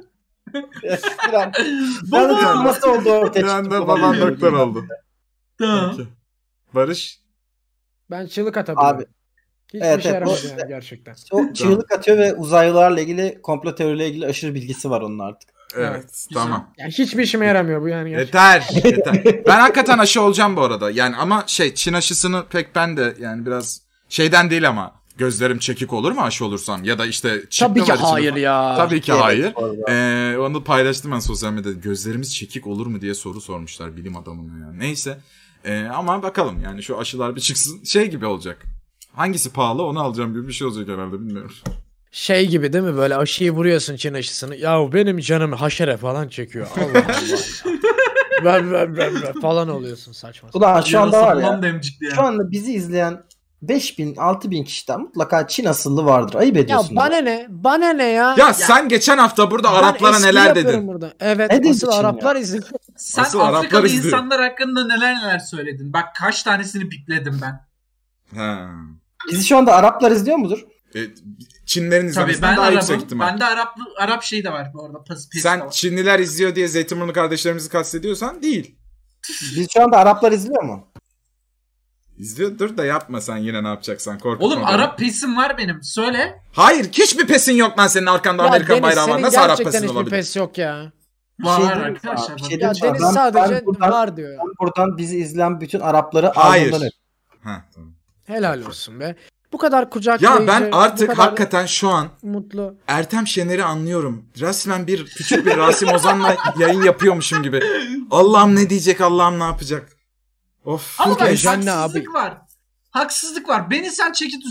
S1: Ben de nasıl oldu ortaya
S2: Bir
S1: çıktı.
S2: anda baban doktor oldu.
S4: Tamam.
S2: Peki. Barış?
S3: Ben çığlık atabiliyorum.
S1: Abi,
S3: Hiçbir
S1: evet,
S3: şey
S1: evet,
S3: yaramadı
S1: bu-
S3: yani gerçekten.
S1: o çığlık atıyor ve uzaylılarla ilgili, komplo teoriyle ilgili aşırı bilgisi var onun artık.
S2: Evet. Tamam.
S3: Yani hiçbir işime yaramıyor bu yani gerçekten.
S2: Yeter. Ben hakikaten aşı olacağım bu arada. Yani ama Çin aşısını pek ben de yani biraz şeyden değil ama gözlerim çekik olur mu aşı olursam? Ya da işte çıktı
S3: Tabii ki
S2: var içinde
S3: hayır
S2: falan.
S3: ya.
S2: Tabii ki
S1: Evet,
S2: hayır.
S1: bu arada.
S2: Onu paylaştım ben sosyal medyada. Gözlerimiz çekik olur mu diye soru sormuşlar bilim adamına yani. Neyse. Ama bakalım yani şu aşılar bir çıksın. Şey gibi olacak. Hangisi pahalı onu alacağım gibi bir şey olacak herhalde, bilmiyorum.
S3: Şey gibi değil mi, böyle aşıyı vuruyorsun, Çin aşısını. Ya benim canım haşere falan çekiyor. Allah Allah. Ben falan oluyorsun saçma.
S1: Ulan şu anda var ya.
S4: Demcikli
S1: Şu anda bizi izleyen 5000-6000 kişiden mutlaka Çin asıllı vardır. Ayıp
S3: Ya
S1: ediyorsun.
S3: bana ne ya?
S2: Ya sen geçen hafta burada
S3: Ben
S2: Araplara
S3: espri
S2: neler
S3: yapıyorum
S2: dedin?
S3: burada. Evet,
S1: Ne dedin
S3: asıl
S1: Çin
S3: Araplar izliyor.
S4: Sen
S2: Asıl Araplar
S4: Afrikalı
S2: izliyor.
S4: insanlar hakkında neler söyledin. Bak kaç tanesini bipledim ben.
S2: Ha.
S1: Bizi şu anda Araplar izliyor mudur?
S2: Çinlerin
S4: Tabii
S2: izlemesinden
S4: ben
S2: daha yüksek
S4: Arap'ım.
S2: ihtimal.
S4: Bende Arap şey de var bu arada.
S2: Sen Çinliler izliyor diye Zeytinburnu kardeşlerimizi kastediyorsan değil.
S1: Biz şu anda Araplar izliyor mu?
S2: İzliyordur da yapma sen yine ne yapacaksan korkutma.
S4: Oğlum
S2: beni.
S4: Arap pesim var benim. Söyle.
S2: Hayır hiçbir pesin yok lan senin arkanda Amerikan
S3: Deniz,
S2: bayrağı var.
S3: senin
S2: Nasıl Arap
S3: gerçekten
S2: pesin
S3: hiçbir
S2: olabilir?
S3: pes yok ya.
S4: Var
S1: diyeyim mi
S4: arkadaşlar.
S1: sana?
S4: bak.
S3: Ya
S1: diyeyim sana.
S3: Deniz
S1: Ben
S3: sadece
S1: buradan-
S3: var diyor ya.
S1: Buradan bizi izleyen bütün Arapları
S2: Hayır.
S1: ağzından öp.
S2: Ha, tamam.
S3: Helal olsun be. Bu kadar kucaklayıcı.
S2: Ya ben
S3: bu
S2: artık
S3: kadar
S2: hakikaten şu an
S3: mutlu.
S2: Ertem Şener'i anlıyorum. Resmen küçük bir Rasim Ozan'la yayın yapıyormuşum gibi. Allah'ım ne diyecek, Allah'ım ne yapacak. Of.
S4: Ama bak
S3: Heyecan ne
S4: haksızlık
S3: abi?
S4: var. Haksızlık var. Beni sen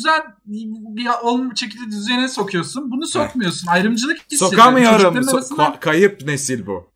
S4: çeki düzene sokuyorsun. Bunu sokmuyorsun. Ayrımcılık hissediyorum.
S2: Sokamıyorum.
S4: Çocukların arasında-
S2: Kayıp nesil bu.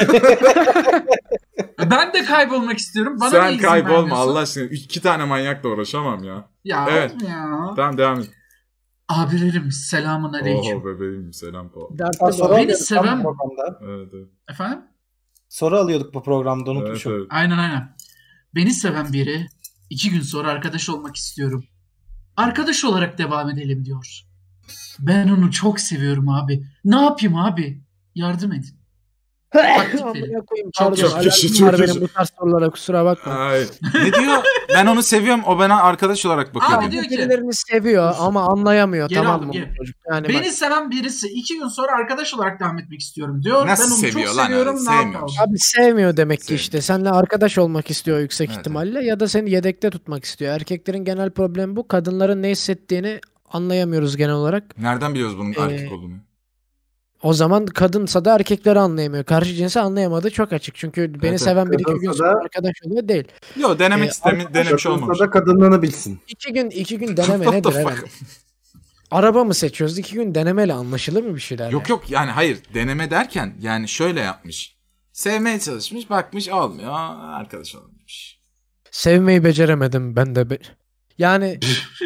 S4: Ben de kaybolmak istiyorum. Bana niye
S2: Sen
S4: izin
S2: kaybolma
S4: vermiyorsun?
S2: Allah aşkına. 2 tane manyakla uğraşamam ya.
S4: Ya
S2: Evet.
S4: oğlum ya.
S2: Tamam devam et.
S4: Abilerim selamun aleyküm.
S2: Oho bebeğim selam po.
S3: Dertli
S1: Soru
S3: bu.
S4: Beni
S1: alıyorduk lan
S4: seven-
S1: bu programda.
S2: Evet evet.
S4: Efendim?
S1: Soru alıyorduk bu programda,
S2: Evet,
S1: unutmuşum.
S2: evet.
S4: Aynen. Beni seven biri 2 gün sonra arkadaş olmak istiyorum. Arkadaş olarak devam edelim diyor. Ben onu çok seviyorum abi. Ne yapayım abi? Yardım edin. Taktik film.
S3: Amına koyayım,
S2: Çok
S3: pardon.
S2: yaşa,
S3: Alerjim
S2: çok
S3: var
S2: yaşa.
S3: benim bu tarz sorulara, kusura bakma.
S2: Ay. Ne diyor? Ben onu seviyorum. O bana arkadaş olarak bakıyor.
S4: Abi diyor ki
S3: Birilerini seviyor ama anlayamıyor,
S4: Geri
S3: tamam
S4: aldım,
S3: mı
S4: geri.
S3: çocuk? Yani
S4: beni
S3: bak,
S4: seven birisi 2 gün sonra arkadaş olarak devam etmek istiyorum diyor.
S2: Nasıl
S4: ben onu
S2: seviyor
S4: çok
S2: lan
S4: seviyorum.
S2: öyle?
S4: Ne yapalım?
S2: Sevmiyormuş.
S3: abi sevmiyor demek ki
S2: Sevmiyor.
S3: işte. Seninle arkadaş olmak istiyor yüksek
S2: Evet,
S3: ihtimalle ya da seni yedekte tutmak istiyor. Erkeklerin genel problemi bu. Kadınların ne hissettiğini anlayamıyoruz genel olarak.
S2: Nereden biliyoruz bunun erkek olduğunu?
S3: O zaman kadınsa da erkekleri anlayamıyor. Karşı cinsi anlayamadığı çok açık. Çünkü beni
S2: Evet,
S3: seven bir iki gün
S1: kadınsa
S3: sonra
S1: da-
S3: arkadaş oluyor değil.
S2: Yok denemek denemiş olmamış.
S1: da kadınlığını bilsin.
S3: İki gün deneme
S2: What the
S3: nedir?
S2: fuck?
S3: Evet. Araba mı seçiyoruz? 2 gün denemeyle anlaşılır mı bir şeyler?
S2: Yok yani hayır deneme derken yani şöyle yapmış. Sevmeye çalışmış bakmış olmuyor arkadaş olmuş.
S3: Sevmeyi beceremedim ben de. Yani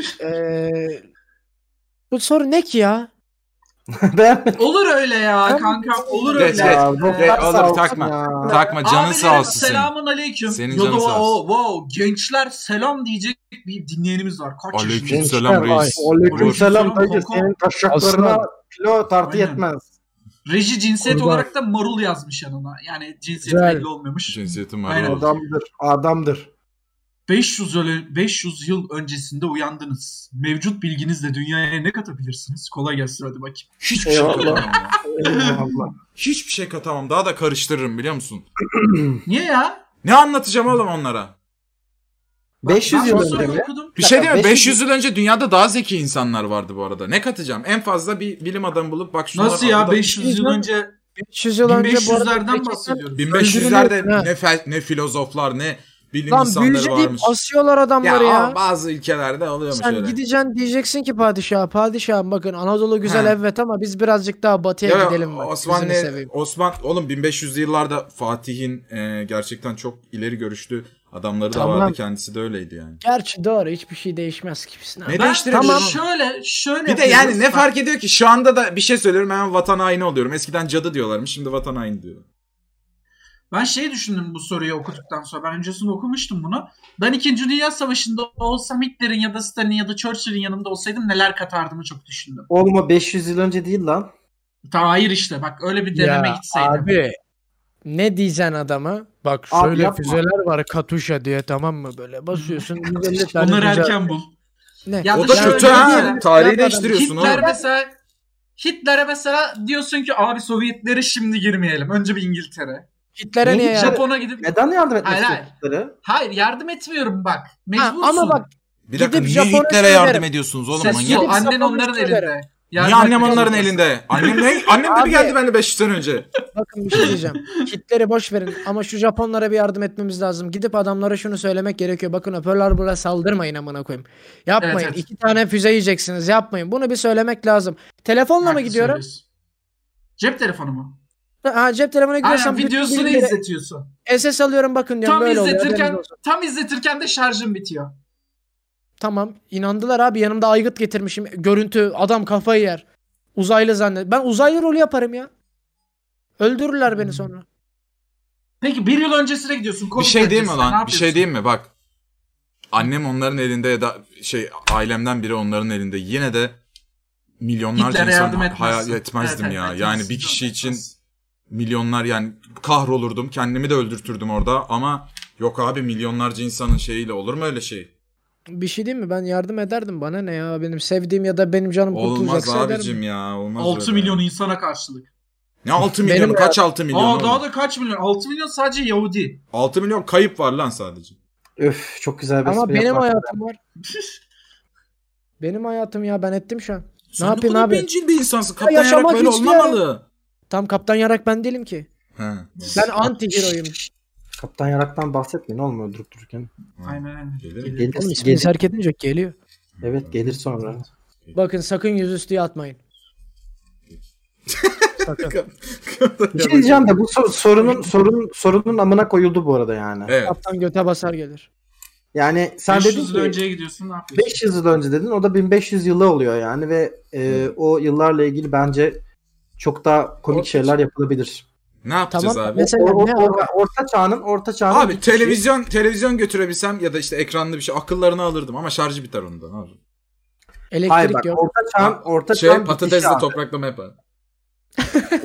S3: bu soru ne ki ya?
S1: Beğenmedim.
S4: Olur öyle ya kanka. Olur
S2: Geç,
S4: öyle.
S2: geç.
S1: Ya,
S2: Geç,
S1: doktor
S2: olur,
S1: sağ olsun
S2: takma.
S1: ya.
S2: Takma canın sağ
S4: Abilerim,
S2: olsun senin.
S4: selamun aleyküm.
S2: Senin
S4: Ya
S2: canın
S4: da
S2: sağ olsun.
S4: wow, gençler selam diyecek bir dinleyenimiz var. Kaç
S2: Aleyküm
S4: yaşında?
S2: selam reis.
S1: Aleykümselam
S4: Buyur.
S1: dayı, senin taşaklarına
S3: Aslan.
S1: kilo tartı
S4: Aynen.
S1: yetmez.
S4: Reji cinsiyet
S3: Kurban.
S4: olarak da marul yazmış yanına. Yani cinsiyet
S3: Güzel.
S4: belli olmuyormuş.
S2: Cinsiyetim var.
S4: Aynen.
S2: oğlum.
S1: Adamdır.
S4: 500 yıl öncesinde uyandınız. Mevcut bilginizle dünyaya ne katabilirsiniz? Kolay gelsin hadi bakayım.
S2: Hiçbir şey
S1: Eyvallah.
S2: katamam ya.
S1: Eyvallah.
S2: Hiçbir şey katamam. Daha da karıştırırım biliyor musun?
S4: Niye ya?
S2: Ne anlatacağım oğlum onlara?
S1: 500
S4: Ben
S1: yıl
S4: bu
S1: önce
S4: soruyu
S1: mi?
S4: okudum.
S2: Bir şey değil mi?
S1: 500
S2: 500 yıl önce dünyada daha zeki insanlar vardı bu arada. Ne katacağım? En fazla bir bilim adamı bulup bak şunlar...
S4: Nasıl ya?
S2: burada-
S4: 500 yıl önce
S3: 500 yıl önce bu arada
S4: 1500'lerden
S3: gerçekten-
S4: bahsediyoruz.
S2: 1500'lerde
S3: Öldürülüyor, ha.
S2: ne filozoflar ne bilim
S3: Lan
S2: insanları
S3: büyücü deyip
S2: varmış.
S3: asıyorlar adamları ya.
S2: ama bazı ülkelerde oluyormuş
S3: Sen
S2: öyle.
S3: gideceksin diyeceksin ki padişahım bakın Anadolu güzel
S2: He.
S3: evet ama biz birazcık daha batıya
S2: Ya
S3: gidelim bak. Gözünü seveyim.
S2: Osman oğlum 1500'lü yıllarda Fatih'in gerçekten çok ileri görüşlü adamları da
S3: Tamam.
S2: vardı. Kendisi de öyleydi yani.
S3: Gerçi doğru hiçbir şey değişmez gibisin.
S2: Ne
S4: Ben
S2: değiştirebilir
S4: tamam
S2: oğlum?
S4: şöyle
S2: Bir de
S4: yapıyoruz.
S2: yani ne
S4: Bak,
S2: fark ediyor ki şu anda da bir şey söylüyorum hemen vatan haini oluyorum. Eskiden cadı diyorlarmış şimdi vatan haini diyorlar.
S4: Ben düşündüm bu soruyu okuduktan sonra. Ben öncesinde okumuştum bunu. Ben 2. Dünya Savaşı'nda olsam Hitler'in ya da Stalin'in ya da Churchill'in yanında olsaydım neler katardımı çok düşündüm.
S1: Oğlum 500 yıl önce değil lan.
S4: Tamam hayır işte bak öyle bir deneme
S3: Ya
S4: gitseydim.
S3: abi ne diyeceksin adama? Bak
S1: Abi
S3: şöyle
S1: yapma.
S3: füzeler var Katuşa diye tamam mı böyle basıyorsun 150 tane
S4: Onları
S3: füze-
S4: erken bul.
S3: Ne?
S4: Ya
S2: O
S4: da
S2: da
S4: şöyle
S2: kötü ha.
S4: diyelim.
S2: Tarihi
S3: Yapmadan-
S2: değiştiriyorsun
S4: Hitler
S2: oğlum.
S4: mesela Hitler'e mesela diyorsun ki abi Sovyetlere şimdi girmeyelim. Önce bir İngiltere.
S3: Hitler'e niye yardım?
S4: Japon'a gidip
S1: Neden yardım
S4: Hayır,
S1: etmesin
S4: hayır.
S1: Hitler'e?
S4: hayır yardım etmiyorum bak.
S3: Ha,
S4: Mecbursun.
S3: ama bak
S2: Bir dakika
S3: Gidip
S2: niye
S3: Japon'a
S2: Hitler'e yardım
S3: söylerim.
S2: ediyorsunuz oğlum
S4: Ses
S2: manyak?
S4: yok.
S3: Gidip
S4: Annen
S3: Japon'a
S4: onların
S3: söylerim.
S4: elinde.
S2: Niye
S4: Yardım
S2: annem
S4: etmek
S2: onların
S4: zorundasın.
S2: elinde? Annem de
S3: Abi-
S2: geldi benimle 500 sene önce.
S3: bakın bir şey diyeceğim. Hitler'i boş verin ama şu Japonlara bir yardım etmemiz lazım. Gidip adamlara şunu söylemek gerekiyor. Bakın Pearl Harbor'a saldırmayın amına koyayım. Yapmayın.
S4: Evet, evet.
S3: 2 tane füze yiyeceksiniz. Yapmayın. Bunu bir söylemek lazım. Telefonla mı
S4: Haklı
S3: gidiyorum?
S4: söylüyorsun. Cep telefonu mu?
S3: Ha, cep telefona gidiyorsam
S4: Aynen
S3: bütün
S4: videosunu
S3: bilgileri
S4: izletiyorsun.
S3: SS alıyorum bakın diyorum böyle oluyor. haberiniz olsun.
S4: Tam izletirken de şarjın bitiyor.
S3: Tamam. İnandılar abi. Yanımda aygıt getirmişim. Görüntü. Adam kafayı yer. Uzaylı zannet. Ben uzaylı rolü yaparım ya. Öldürürler beni sonra.
S4: Peki bir yıl öncesine gidiyorsun.
S2: Bir
S4: Covid
S2: şey diyeyim mi
S4: öncesine, ne
S2: lan? Bir şey
S4: yapıyorsun?
S2: diyeyim mi? Bak. Annem onların elinde ya da ailemden biri onların elinde. Yine de milyonlarca
S4: Hitler'e yardım
S2: insan hayal
S4: etmezsin.
S2: etmezdim
S4: Evet,
S2: ya.
S4: evet,
S2: Yani
S4: etmezsin,
S2: bir kişi için
S4: etmezsin.
S2: milyonlar yani kahrolurdum. Kendimi de öldürtürdüm orada ama yok abi milyonlarca insanın şeyiyle olur mu öyle şey?
S3: Bir şey diyeyim mi? Ben yardım ederdim. Bana ne ya? Benim sevdiğim ya da benim canım
S2: Olmaz
S3: kurtulacaksa ederim.
S2: abicim ya. Olmaz
S4: 6
S2: öyle.
S4: milyon insana karşılık.
S2: Ne 6
S3: Benim
S2: milyonu?
S3: ya-
S2: Kaç 6 milyon?
S4: Aa
S2: oğlum?
S4: daha da kaç milyon? 6 milyon sadece Yahudi.
S2: 6 milyon kayıp var lan sadece.
S1: Öf çok güzel bir
S3: Ama
S1: espri
S3: benim
S1: yapmak.
S3: hayatım var. Benim hayatım ya ben ettim şu an.
S2: Sen
S3: ne yapayım
S2: kadar
S3: abi?
S2: bencil bir insansın. Kaptan
S3: yaşamak
S2: Yarak böyle
S3: istiyorum.
S2: olmamalı.
S3: Tam kaptan yarak ben değilim ki.
S2: He.
S3: Ben anti heroyum.
S1: Kaptan Yarak'tan bahsetmeyin olmuyor durup dururken.
S4: Aynen.
S2: Gelir mi?
S1: Gelir,
S3: Oğlum ismini terk edince geliyor.
S1: Evet gelir sonra.
S3: Bakın sakın yüzüstü atmayın. Sakın.
S1: Bir şey diyeceğim de bu sorunun amına koyuldu bu arada yani.
S2: Evet.
S3: Kaptan göte basar gelir.
S1: Yani sen dedin
S4: 500
S1: ki
S4: yıl önceye gidiyorsun ne yapıyorsun?
S1: 500 yıl önce dedin o da 1500 yılı oluyor yani ve o yıllarla ilgili bence çok daha komik şeyler yapılabilir.
S2: Ne yapacağız
S3: Tamam,
S2: abi?
S3: mesela ne abi?
S1: Orta çağın
S2: Abi
S1: bir kişi-
S2: televizyon götürebilsem ya da işte ekranlı bir şey akıllarını alırdım ama şarjı biter onda. Ne yapayım?
S3: Elektrik
S1: Hayır bak
S3: yok.
S1: orta çağın bir
S2: Patatesle
S1: kişi abi.
S2: topraklama yapar.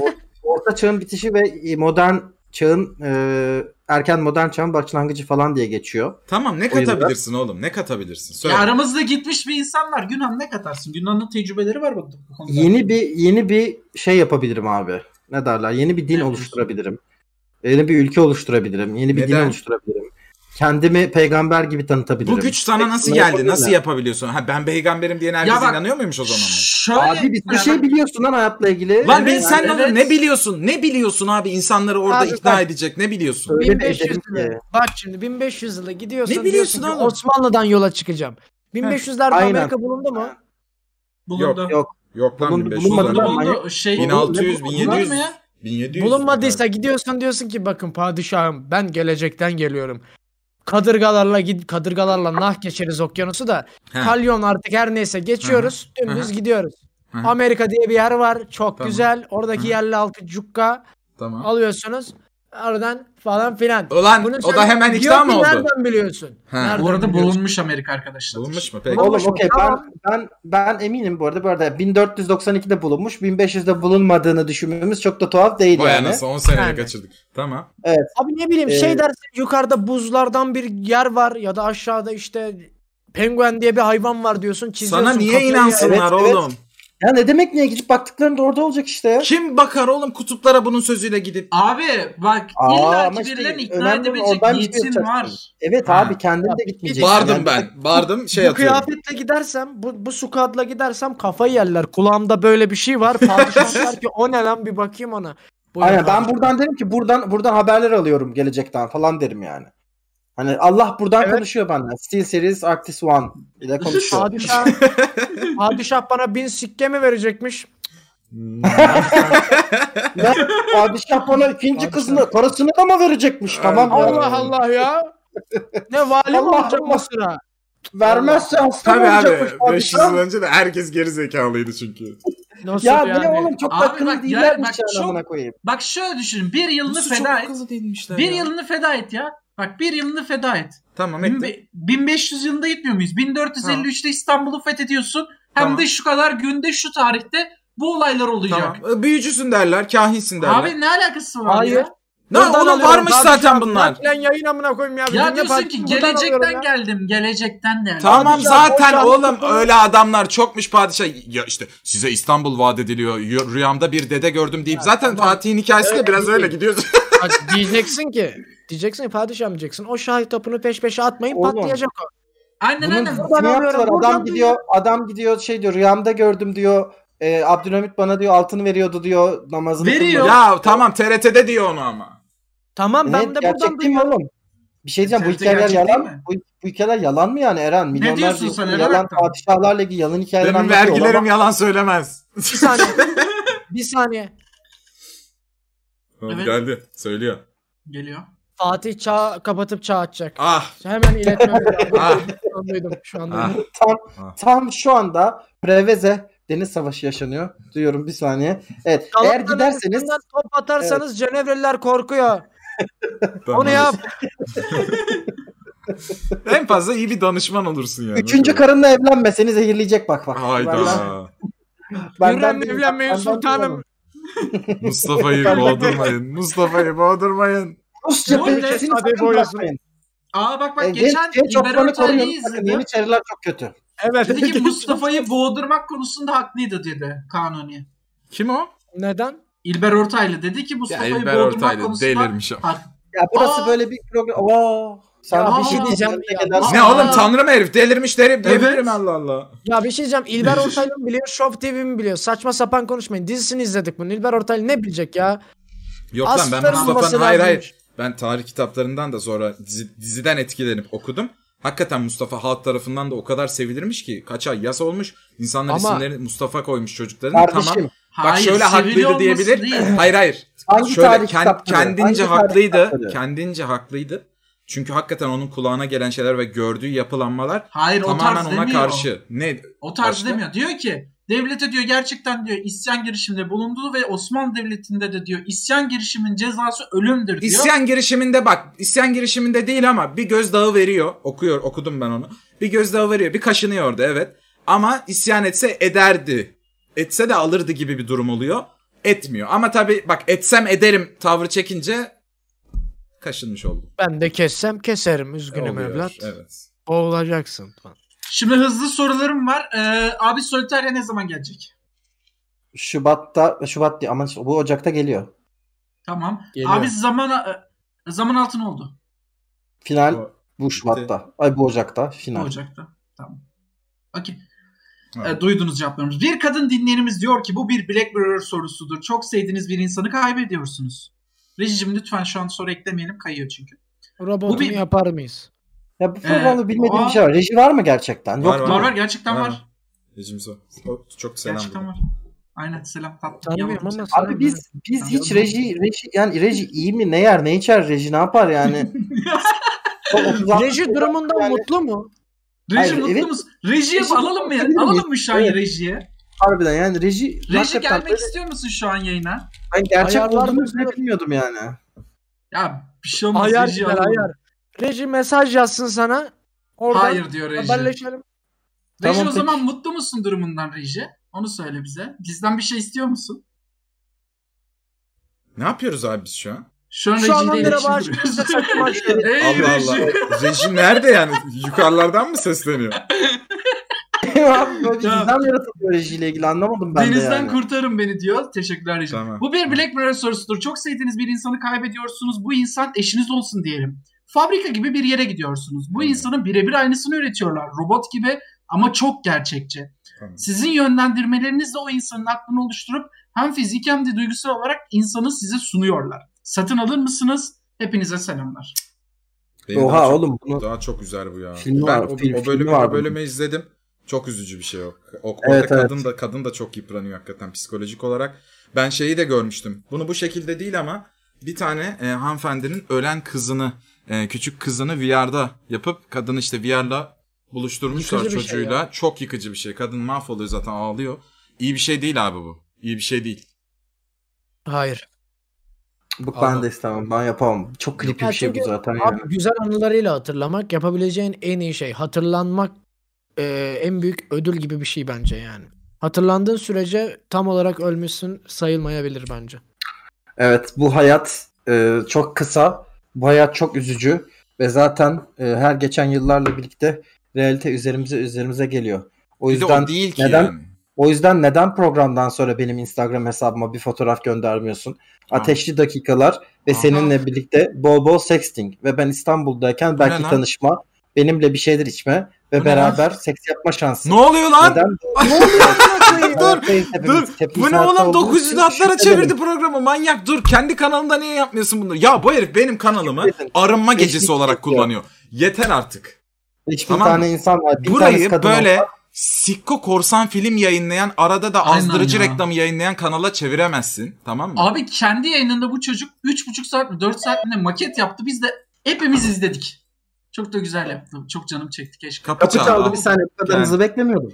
S1: Orta çağın bitişi ve modern çağın erken modern çağın başlangıcı falan diye geçiyor.
S2: Tamam, ne katabilirsin oğlum? Ne katabilirsin? Söyle.
S4: Ya aramızda gitmiş bir insan var. Günhan ne katarsın? Günhan'ın tecrübeleri var bu konuda.
S1: Yeni bir şey yapabilirim abi. Ne derler? Yeni bir din oluşturabilirim. Yeni bir ülke oluşturabilirim. Yeni bir din oluşturabilirim. Kendimi peygamber gibi tanıtabilirim.
S2: Bu güç sana nasıl geldi? Nasıl yapabiliyorsun? Ha, ben peygamberim diye herkes inanıyor muymuş o zaman mı?
S1: Abi bir şey biliyorsun lan hayatla ilgili.
S2: Lan sen ne biliyorsun? Ne biliyorsun abi? İnsanları orada abi, ikna edecek ne biliyorsun?
S3: 1500 yılı. Bak şimdi 1500 yılı gidiyorsun.
S2: Ne biliyorsun
S3: oğlum?
S2: Osmanlı'dan
S3: yola çıkacağım. 1500'lerde Amerika bulundu mu?
S4: Bulundu.
S2: Yok lan 1500'lerde. 1600, 1700. 1700.
S3: Bulunmadıysa gidiyorsun diyorsun ki bakın padişahım ben gelecekten geliyorum. Kadırgalarla nah geçeriz okyanusu da. Kalyon artık her neyse geçiyoruz. Dümdüz gidiyoruz. Amerika diye bir yer var. Çok güzel. Oradaki yerli halkı cukka. Alıyorsunuz. Oradan falan filan.
S2: Ulan o da hemen ikna mı oldu?
S3: Nereden biliyorsun?
S4: Bu arada bulunmuş Amerika arkadaşlar.
S2: Bulunmuş mu? Peki.
S1: Oğlum okey ben eminim bu arada 1492'de bulunmuş 1500'de bulunmadığını düşünmemiz çok da tuhaf değil
S2: yani.
S1: Yani.
S2: Anasını 10 seneye kaçırdık. Tamam.
S1: Evet.
S3: Abi ne bileyim şey dersin yukarıda buzlardan bir yer var ya da aşağıda işte penguen diye bir hayvan var diyorsun.
S2: Sana niye inansınlar oğlum?
S1: Evet. Ya ne demek niye gidip baktıklarında orada olacak işte ya.
S2: Kim bakar oğlum kutuplara bunun sözüyle gidip?
S4: Abi bak illaki birilerini ikna edebilecek niyetin var.
S1: Evet abi kendim de gitmeyecek.
S2: Bardım şey
S3: bu
S2: atıyorum.
S3: Kıyafetle gidersem bu sukadla gidersem kafayı yerler. Kulağımda böyle bir şey var. Padişahlar ki o ne lan bir bakayım ona.
S1: Aynen ben buradan derim ki buradan haberler alıyorum gelecekten falan derim yani. Hani Allah buradan konuşuyor benden. Steel Series Arctis One ile konuşuyor.
S3: Padişah bana 1000 sikke mi verecekmiş?
S1: Padişah bana ikinci kızını, karısını da mı verecekmiş? Tamam ya.
S3: Allah Allah ya. Ne vali mi olacak o sıra?
S1: Vermezse hasta
S2: tabii
S1: olacakmış.
S2: Tabii abi 500 yıl önce de herkes geri zekalıydı çünkü.
S3: Nasıl
S1: ya
S3: yani?
S1: Ne oğlum çok da akıllı değillermiş yani amına koyayım.
S4: Bak şöyle düşün. Bir yılını feda et. Bir yılını feda et ya. Bak bir yılını feda et.
S2: Tamam etti.
S4: 1500 yılında gitmiyor muyuz? 1453'te İstanbul'u fethediyorsun. Hem de şu kadar günde şu tarihte bu olaylar olacak.
S2: Tamam. Büyücüsün derler, kahinsin derler.
S4: Abi ne alakası var
S3: ya?
S2: Ne oğlum varmış zaten bunlar.
S3: Lan yayın amına koyayım ya.
S4: Ya diyorsun ki gelecekten geldim. Gelecekten de.
S2: Tamam zaten oğlum öyle adamlar çokmuş padişah. Ya işte size İstanbul vaat ediliyor. Rüyamda bir dede gördüm deyip zaten Fatih'in hikayesi de biraz öyle gidiyor.
S3: Diyeceksin ki padişah diyeceksin. O şahit topunu peş peşe atmayın patlayacak o.
S4: Aynen.
S1: Adam gidiyor şey diyor rüyamda gördüm diyor. Abdülhamit bana diyor altını veriyordu diyor namazını
S4: veriyor.
S2: Ya tamam TRT'de diyor onu ama.
S3: Tamam ben de buradan
S1: duyuyorum. Oğlum? Bir şey diyeceğim bu hikayeler yalan mı? Bu hikayeler yalan mı yani Eren?
S4: Ne diyorsun sen Eren?
S1: Yalan padişahlarla ilgili yalan hikayeler
S2: anlatıyor. Benim vergilerim yalan söylemez.
S3: Bir saniye.
S2: Evet. Geldi söylüyor.
S4: Geliyor.
S3: Fatih çağ kapatıp çağ açacak.
S2: Hemen
S3: iletmem lazım. Şu anda.
S1: Tam şu anda Preveze Deniz Savaşı yaşanıyor. Duyuyorum bir saniye. Evet. Eğer giderseniz
S3: top atarsanız Cenevreliler korkuyor. Onu yap.
S2: En fazla iyi bir danışman olursun yani.
S1: 3. karınla evlenme seni zehirleyecek bak.
S2: Hayda.
S3: Benden evlenmeyin sultanım.
S2: Mustafa'yı boğdurmayın.
S1: Rus cephesini sakın bırakmayın.
S4: Bak geçen İlber Ortaylı'yı izledim.
S1: Yeniçeriler çok kötü.
S3: Evet.
S4: Dedi ki Mustafa'yı boğdurmak konusunda haklıydı dedi Kanuni.
S2: Kim o?
S3: Neden?
S4: İlber Ortaylı dedi ki Mustafa'yı boğdurmak konusunda
S2: delirmiş o.
S1: Ya burası böyle bir program.
S3: Sen bir şey diyeceğim.
S2: Ne oğlum tanrım herif delirmiş diyebilirim Allah Allah.
S3: Ya bir şey diyeceğim. İlber Ortaylı mı biliyor? Show TV mi biliyor? Saçma sapan konuşmayın. Dizisini izledik bunu. İlber Ortaylı ne bilecek ya?
S2: Yok lan ben Mustafa'nın hayır. Ben tarih kitaplarından da sonra diziden etkilenip okudum. Hakikaten Mustafa halk tarafından da o kadar sevilirmiş ki kaç ay yas olmuş. İnsanlar isimlerini Mustafa koymuş çocuklarına. Tamam. Bak şöyle haklıydı diyebilir. Değil. Hayır. Şöyle kendince haklıydı. Çünkü hakikaten onun kulağına gelen şeyler ve gördüğü yapılanmalar tamamen ona karşı. Ne?
S4: O tarz demiyor. Diyor ki devlete diyor gerçekten diyor isyan girişiminde bulunduğu ve Osmanlı Devleti'nde de diyor isyan girişimin cezası ölümdür diyor.
S2: İsyan girişiminde değil ama bir gözdağı veriyor. Okudum ben onu. Bir gözdağı veriyor. Bir kaşınıyor orada evet. Ama isyan etse ederdi. Etse de alırdı gibi bir durum oluyor. etmiyor. Ama tabii bak etsem ederim tavrı çekince kaşınmış oldum.
S3: Ben de kessem keserim. Üzgünüm
S2: Oluyor,
S3: evlat.
S2: evet.
S3: Boğulacaksın.
S4: Şimdi hızlı sorularım var. Abi Solitaire ne zaman gelecek?
S1: Şubat değil ama bu Ocak'ta geliyor.
S4: Tamam.
S3: Geliyor.
S4: Abi zaman altın oldu.
S1: Final
S2: O-
S1: bu Şubat'ta. Ay bu Ocak'ta
S4: Bu
S1: final.
S4: Ocak'ta. Tamam. Okey.
S2: Evet.
S4: Duydunuz cevaplarımızı. Bir kadın dinleyenimiz diyor ki bu bir Black Mirror sorusudur. Çok sevdiğiniz bir insanı kaybediyorsunuz. Rejicim lütfen şu an soru eklemeyelim. Kayıyor çünkü.
S3: Robotunu
S4: Bu bir-
S3: yapar mıyız?
S1: Ya bu programda bilmediğim
S4: o-
S1: bir şey var. Reji var mı gerçekten?
S2: Var,
S1: Yok
S2: var.
S1: değil
S4: Var
S1: mi?
S4: gerçekten var.
S2: Rejim sor. Çok selam.
S4: Gerçekten var. Aynen selam tatlım.
S3: Tanımıyorum
S4: Yavrum.
S3: ama
S1: Abi biz
S4: Tamam.
S1: hiç reji yani reji iyi mi? Ne yer? Ne içer reji? Ne yapar yani?
S3: Reji durumundan
S1: Yani
S3: mutlu mu?
S4: Reji
S1: Hayır,
S4: mutlu
S1: evet.
S4: musun? Rejiye
S1: Reji
S4: alalım mı?
S1: mutlu değil
S4: Alalım mı
S1: miyiz?
S4: şu an
S1: Evet.
S4: rejiye?
S1: harbiden yani reji
S4: Reji
S1: hakikaten
S4: gelmek
S1: böyle-
S4: istiyor musun şu an yayına?
S1: ben gerçek
S3: Ayarlar
S1: olduğunu
S3: mısın?
S1: bile bilmiyordum yani.
S4: Ya bir şey olmaz.
S3: Ayar
S4: Rejiye
S3: gider
S4: alalım.
S3: ayar. Reji mesaj yazsın sana. Oradan
S4: Hayır diyor Reji.
S3: haberleşelim.
S4: Reji
S1: Tamam,
S4: o zaman
S1: peki.
S4: mutlu musun durumundan Reji? Onu söyle bize. Bizden bir şey istiyor musun?
S2: Ne yapıyoruz abi biz şu an?
S4: Şu an
S3: Şu
S4: Reji
S3: an
S4: ile
S3: onlara
S4: iletişim
S3: bağış
S4: kuruyoruz.
S3: saçma başladı.
S4: Ey
S2: Allah
S4: Reji.
S2: Allah. Reji nerede yani? Yukarılardan mı sesleniyor?
S1: Abi böyle bir
S4: Ya.
S1: nizam yaratılıyor rejiyle ilgili anlamadım ben de
S4: Denizden
S1: yani.
S4: kurtarın beni diyor. Teşekkürler Reji.
S2: Tamam.
S4: Bu bir Black Mirror sorusudur. Çok sevdiğiniz bir insanı kaybediyorsunuz. Bu insan eşiniz olsun diyelim. Fabrika gibi bir yere gidiyorsunuz. Bu
S2: Tamam.
S4: insanın birebir aynısını üretiyorlar. Robot gibi ama çok gerçekçi.
S2: Tamam.
S4: Sizin yönlendirmelerinizle o insanın aklını oluşturup hem fizik hem de duygusal olarak insanı size sunuyorlar. Satın alır mısınız? Hepinize selamlar.
S2: Beni
S1: Oha
S2: daha çok-
S1: oğlum bunu
S2: Daha çok üzer bu ya.
S1: Filmi
S2: Ben
S1: var,
S2: o
S1: filmi
S2: bölümü
S1: var
S2: o bölümü izledim. Çok üzücü bir şey o. Orada
S1: Evet,
S2: kadın da çok yıpranıyor hakikaten psikolojik olarak. Ben şeyi de görmüştüm. Bunu bu şekilde değil ama bir tane hanımefendinin ölen kızını, küçük kızını VR'da yapıp kadını işte VR'la buluşturmuşlar
S3: Yıkıcı bir şey
S2: çocuğuyla.
S3: ya.
S2: Çok yıkıcı bir şey. Kadın mahvoluyor zaten, ağlıyor. İyi bir şey değil abi bu. İyi bir şey değil.
S3: Hayır.
S1: bu
S2: Allah.
S1: ben de istemem. Ben yapamam. Çok creepy
S3: Ya
S1: bir şey bu
S3: çünkü
S1: zaten
S3: Abi
S1: yani.
S3: güzel anılarıyla hatırlamak yapabileceğin en iyi şey. Hatırlanmak en büyük ödül gibi bir şey bence yani. Hatırlandığın sürece tam olarak ölmüşsün sayılmayabilir bence.
S1: Evet bu hayat çok kısa. Bu hayat çok üzücü. Ve zaten her geçen yıllarla birlikte realite üzerimize geliyor. O
S2: Bir de
S1: yüzden
S2: o değil ki
S1: neden
S2: yani.
S1: o yüzden neden programdan sonra benim Instagram hesabıma bir fotoğraf göndermiyorsun? Ateşli dakikalar ve
S2: Aha.
S1: seninle birlikte bol bol sexting ve ben İstanbul'dayken belki
S2: lan?
S1: tanışma, benimle bir şeyler içme ve
S2: Bu ne
S1: beraber seks yapma şansı.
S2: Ne oluyor lan?
S1: Neden?
S2: Dur. Bu ne oğlum? 900 atlara çevirdi programı. Manyak, dur. Kendi kanalında niye yapmıyorsun bunları? Ya bu herif benim kanalımı arınma gecesi
S1: Eşlik
S2: olarak
S1: ediyor.
S2: kullanıyor. Yeter artık.
S1: Hiçbir
S2: Tamam.
S1: tane insan var. Bir tanesi
S2: Burayı
S1: kadın
S2: böyle
S1: olsa-
S2: sikko korsan film yayınlayan, arada da
S4: Aynen
S2: azdırıcı
S4: ya.
S2: reklamı yayınlayan kanala çeviremezsin. Tamam mı?
S4: Abi kendi yayınında bu çocuk 3,5 saat mi 4 saat mi ne maket yaptı. Biz de hepimiz izledik. Çok da güzel yaptı. Çok canım çekti keşke.
S2: Kapı
S1: Kapı
S2: çaldı.
S1: çaldı bir saniye, bu kadar
S2: Yani.
S1: hızlı beklemiyordum.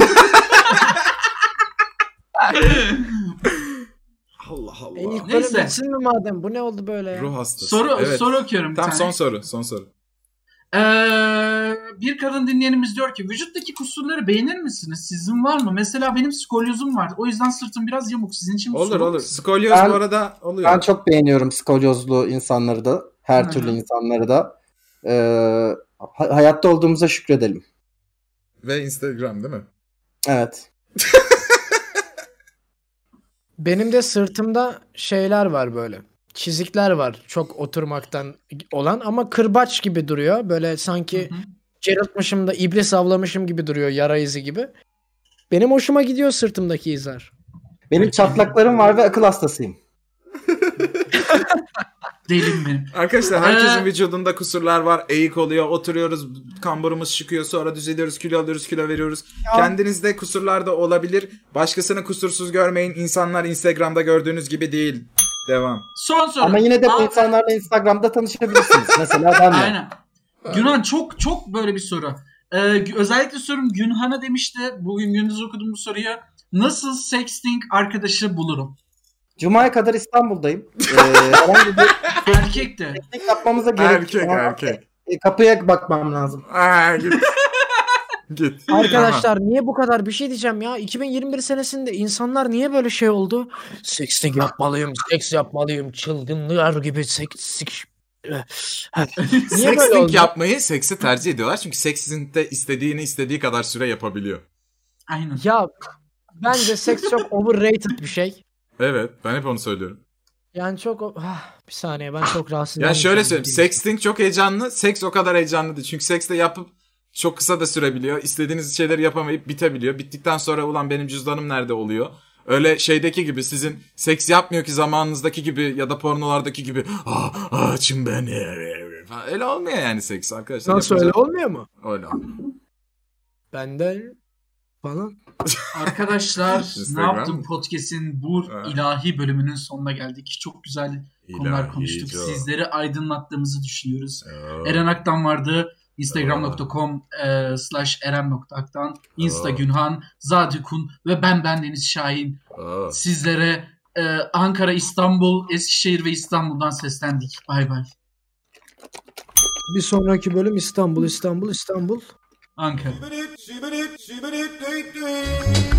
S2: Allah Allah.
S3: İlk
S4: Neyse.
S3: bölüm bitsin mi madem? Bu ne oldu böyle ya?
S2: Ruh hastası.
S4: Soru
S2: Evet.
S4: soru okuyorum bir
S2: Tamam,
S4: tane.
S2: son soru.
S4: Bir kadın dinleyenimiz diyor ki vücuttaki kusurları beğenir misiniz? Sizin var mı? Mesela benim skolyozum var. O yüzden sırtım biraz yamuk. Sizin için bu
S2: Olur
S4: sorun
S2: olur.
S4: mu?
S2: Skolyoz
S1: Ben-
S2: bu arada oluyor.
S1: Ben çok beğeniyorum skolyozlu insanları da. Her
S4: Hı hı.
S1: türlü insanları da. Hayatta olduğumuza şükredelim.
S2: Ve Instagram değil mi?
S1: Evet.
S3: Benim de sırtımda şeyler var böyle. Çizikler var çok oturmaktan olan ama kırbaç gibi duruyor. Böyle sanki
S4: Hı hı.
S3: Geraltmışım da iblis avlamışım gibi duruyor, yara izi gibi. Benim hoşuma gidiyor sırtımdaki izler.
S1: Benim çatlaklarım var ve akıl hastasıyım.
S4: Delim benim.
S2: Arkadaşlar herkesin vücudunda kusurlar var. Eğik oluyor, oturuyoruz, kamburumuz çıkıyor, sonra düzeliyoruz, kilo alıyoruz, kilo veriyoruz. Kendinizde kusurlar da olabilir. Başkasını kusursuz görmeyin. İnsanlar Instagram'da gördüğünüz gibi değil. Devam.
S4: Son soru.
S1: Ama yine de bu
S4: Abi-
S1: insanlarla Instagram'da tanışabilirsiniz. Mesela benle.
S4: Aynen. Günan çok böyle bir soru. Özellikle sorum Günhan'a demişti. Bugün gündüz okudum bu soruyu. Nasıl sexting arkadaşı bulurum?
S1: Cuma'ya kadar İstanbul'dayım. Herhangi bir
S4: Erkekti.
S1: teknik yapmamıza gerek yok.
S2: Erkek.
S1: Kapıya bakmam lazım.
S2: Git. Git.
S3: Arkadaşlar niye bu kadar bir şey diyeceğim ya? 2021 senesinde insanlar niye böyle şey oldu? Sexting yapmalıyım, seks yapmalıyım, çılgınlar gibi niye böyle
S2: Sexting
S3: oldu?
S2: yapmayı seksi tercih ediyorlar. Çünkü sexting de istediği kadar süre yapabiliyor.
S4: Aynen.
S3: Ya bence seks çok overrated bir şey.
S2: Evet, ben hep onu söylüyorum.
S3: Yani çok bir saniye ben çok rahatsız.
S2: Ya şöyle söyleyeyim, sexting çok heyecanlı, seks o kadar heyecanlı değil. Çünkü seks de yapıp çok kısa da sürebiliyor. İstediğiniz şeyleri yapamayıp bitebiliyor. Bittikten sonra ulan benim cüzdanım nerede oluyor? Öyle şeydeki gibi, sizin seks yapmıyor ki zamanınızdaki gibi ya da pornolardaki gibi açın beni falan. Öyle olmuyor yani seks arkadaşlar.
S3: Nasıl öyle olmuyor mu?
S2: Öyle olmuyor.
S3: Benden falan.
S4: Arkadaşlar ne
S2: Instagram
S4: yaptım
S2: mı?
S4: podcast'in bu ilahi bölümünün sonuna geldik. Çok güzel konular konuştuk. Sizleri aydınlattığımızı düşünüyoruz. Eren Aktan vardı. Instagram.com/eren.aktan, Insta Günhan, Zadikun ve ben Deniz Şahin. Sizlere Ankara, İstanbul, Eskişehir ve İstanbul'dan seslendik. Bay bay.
S3: Bir sonraki bölüm İstanbul.
S4: Ankara.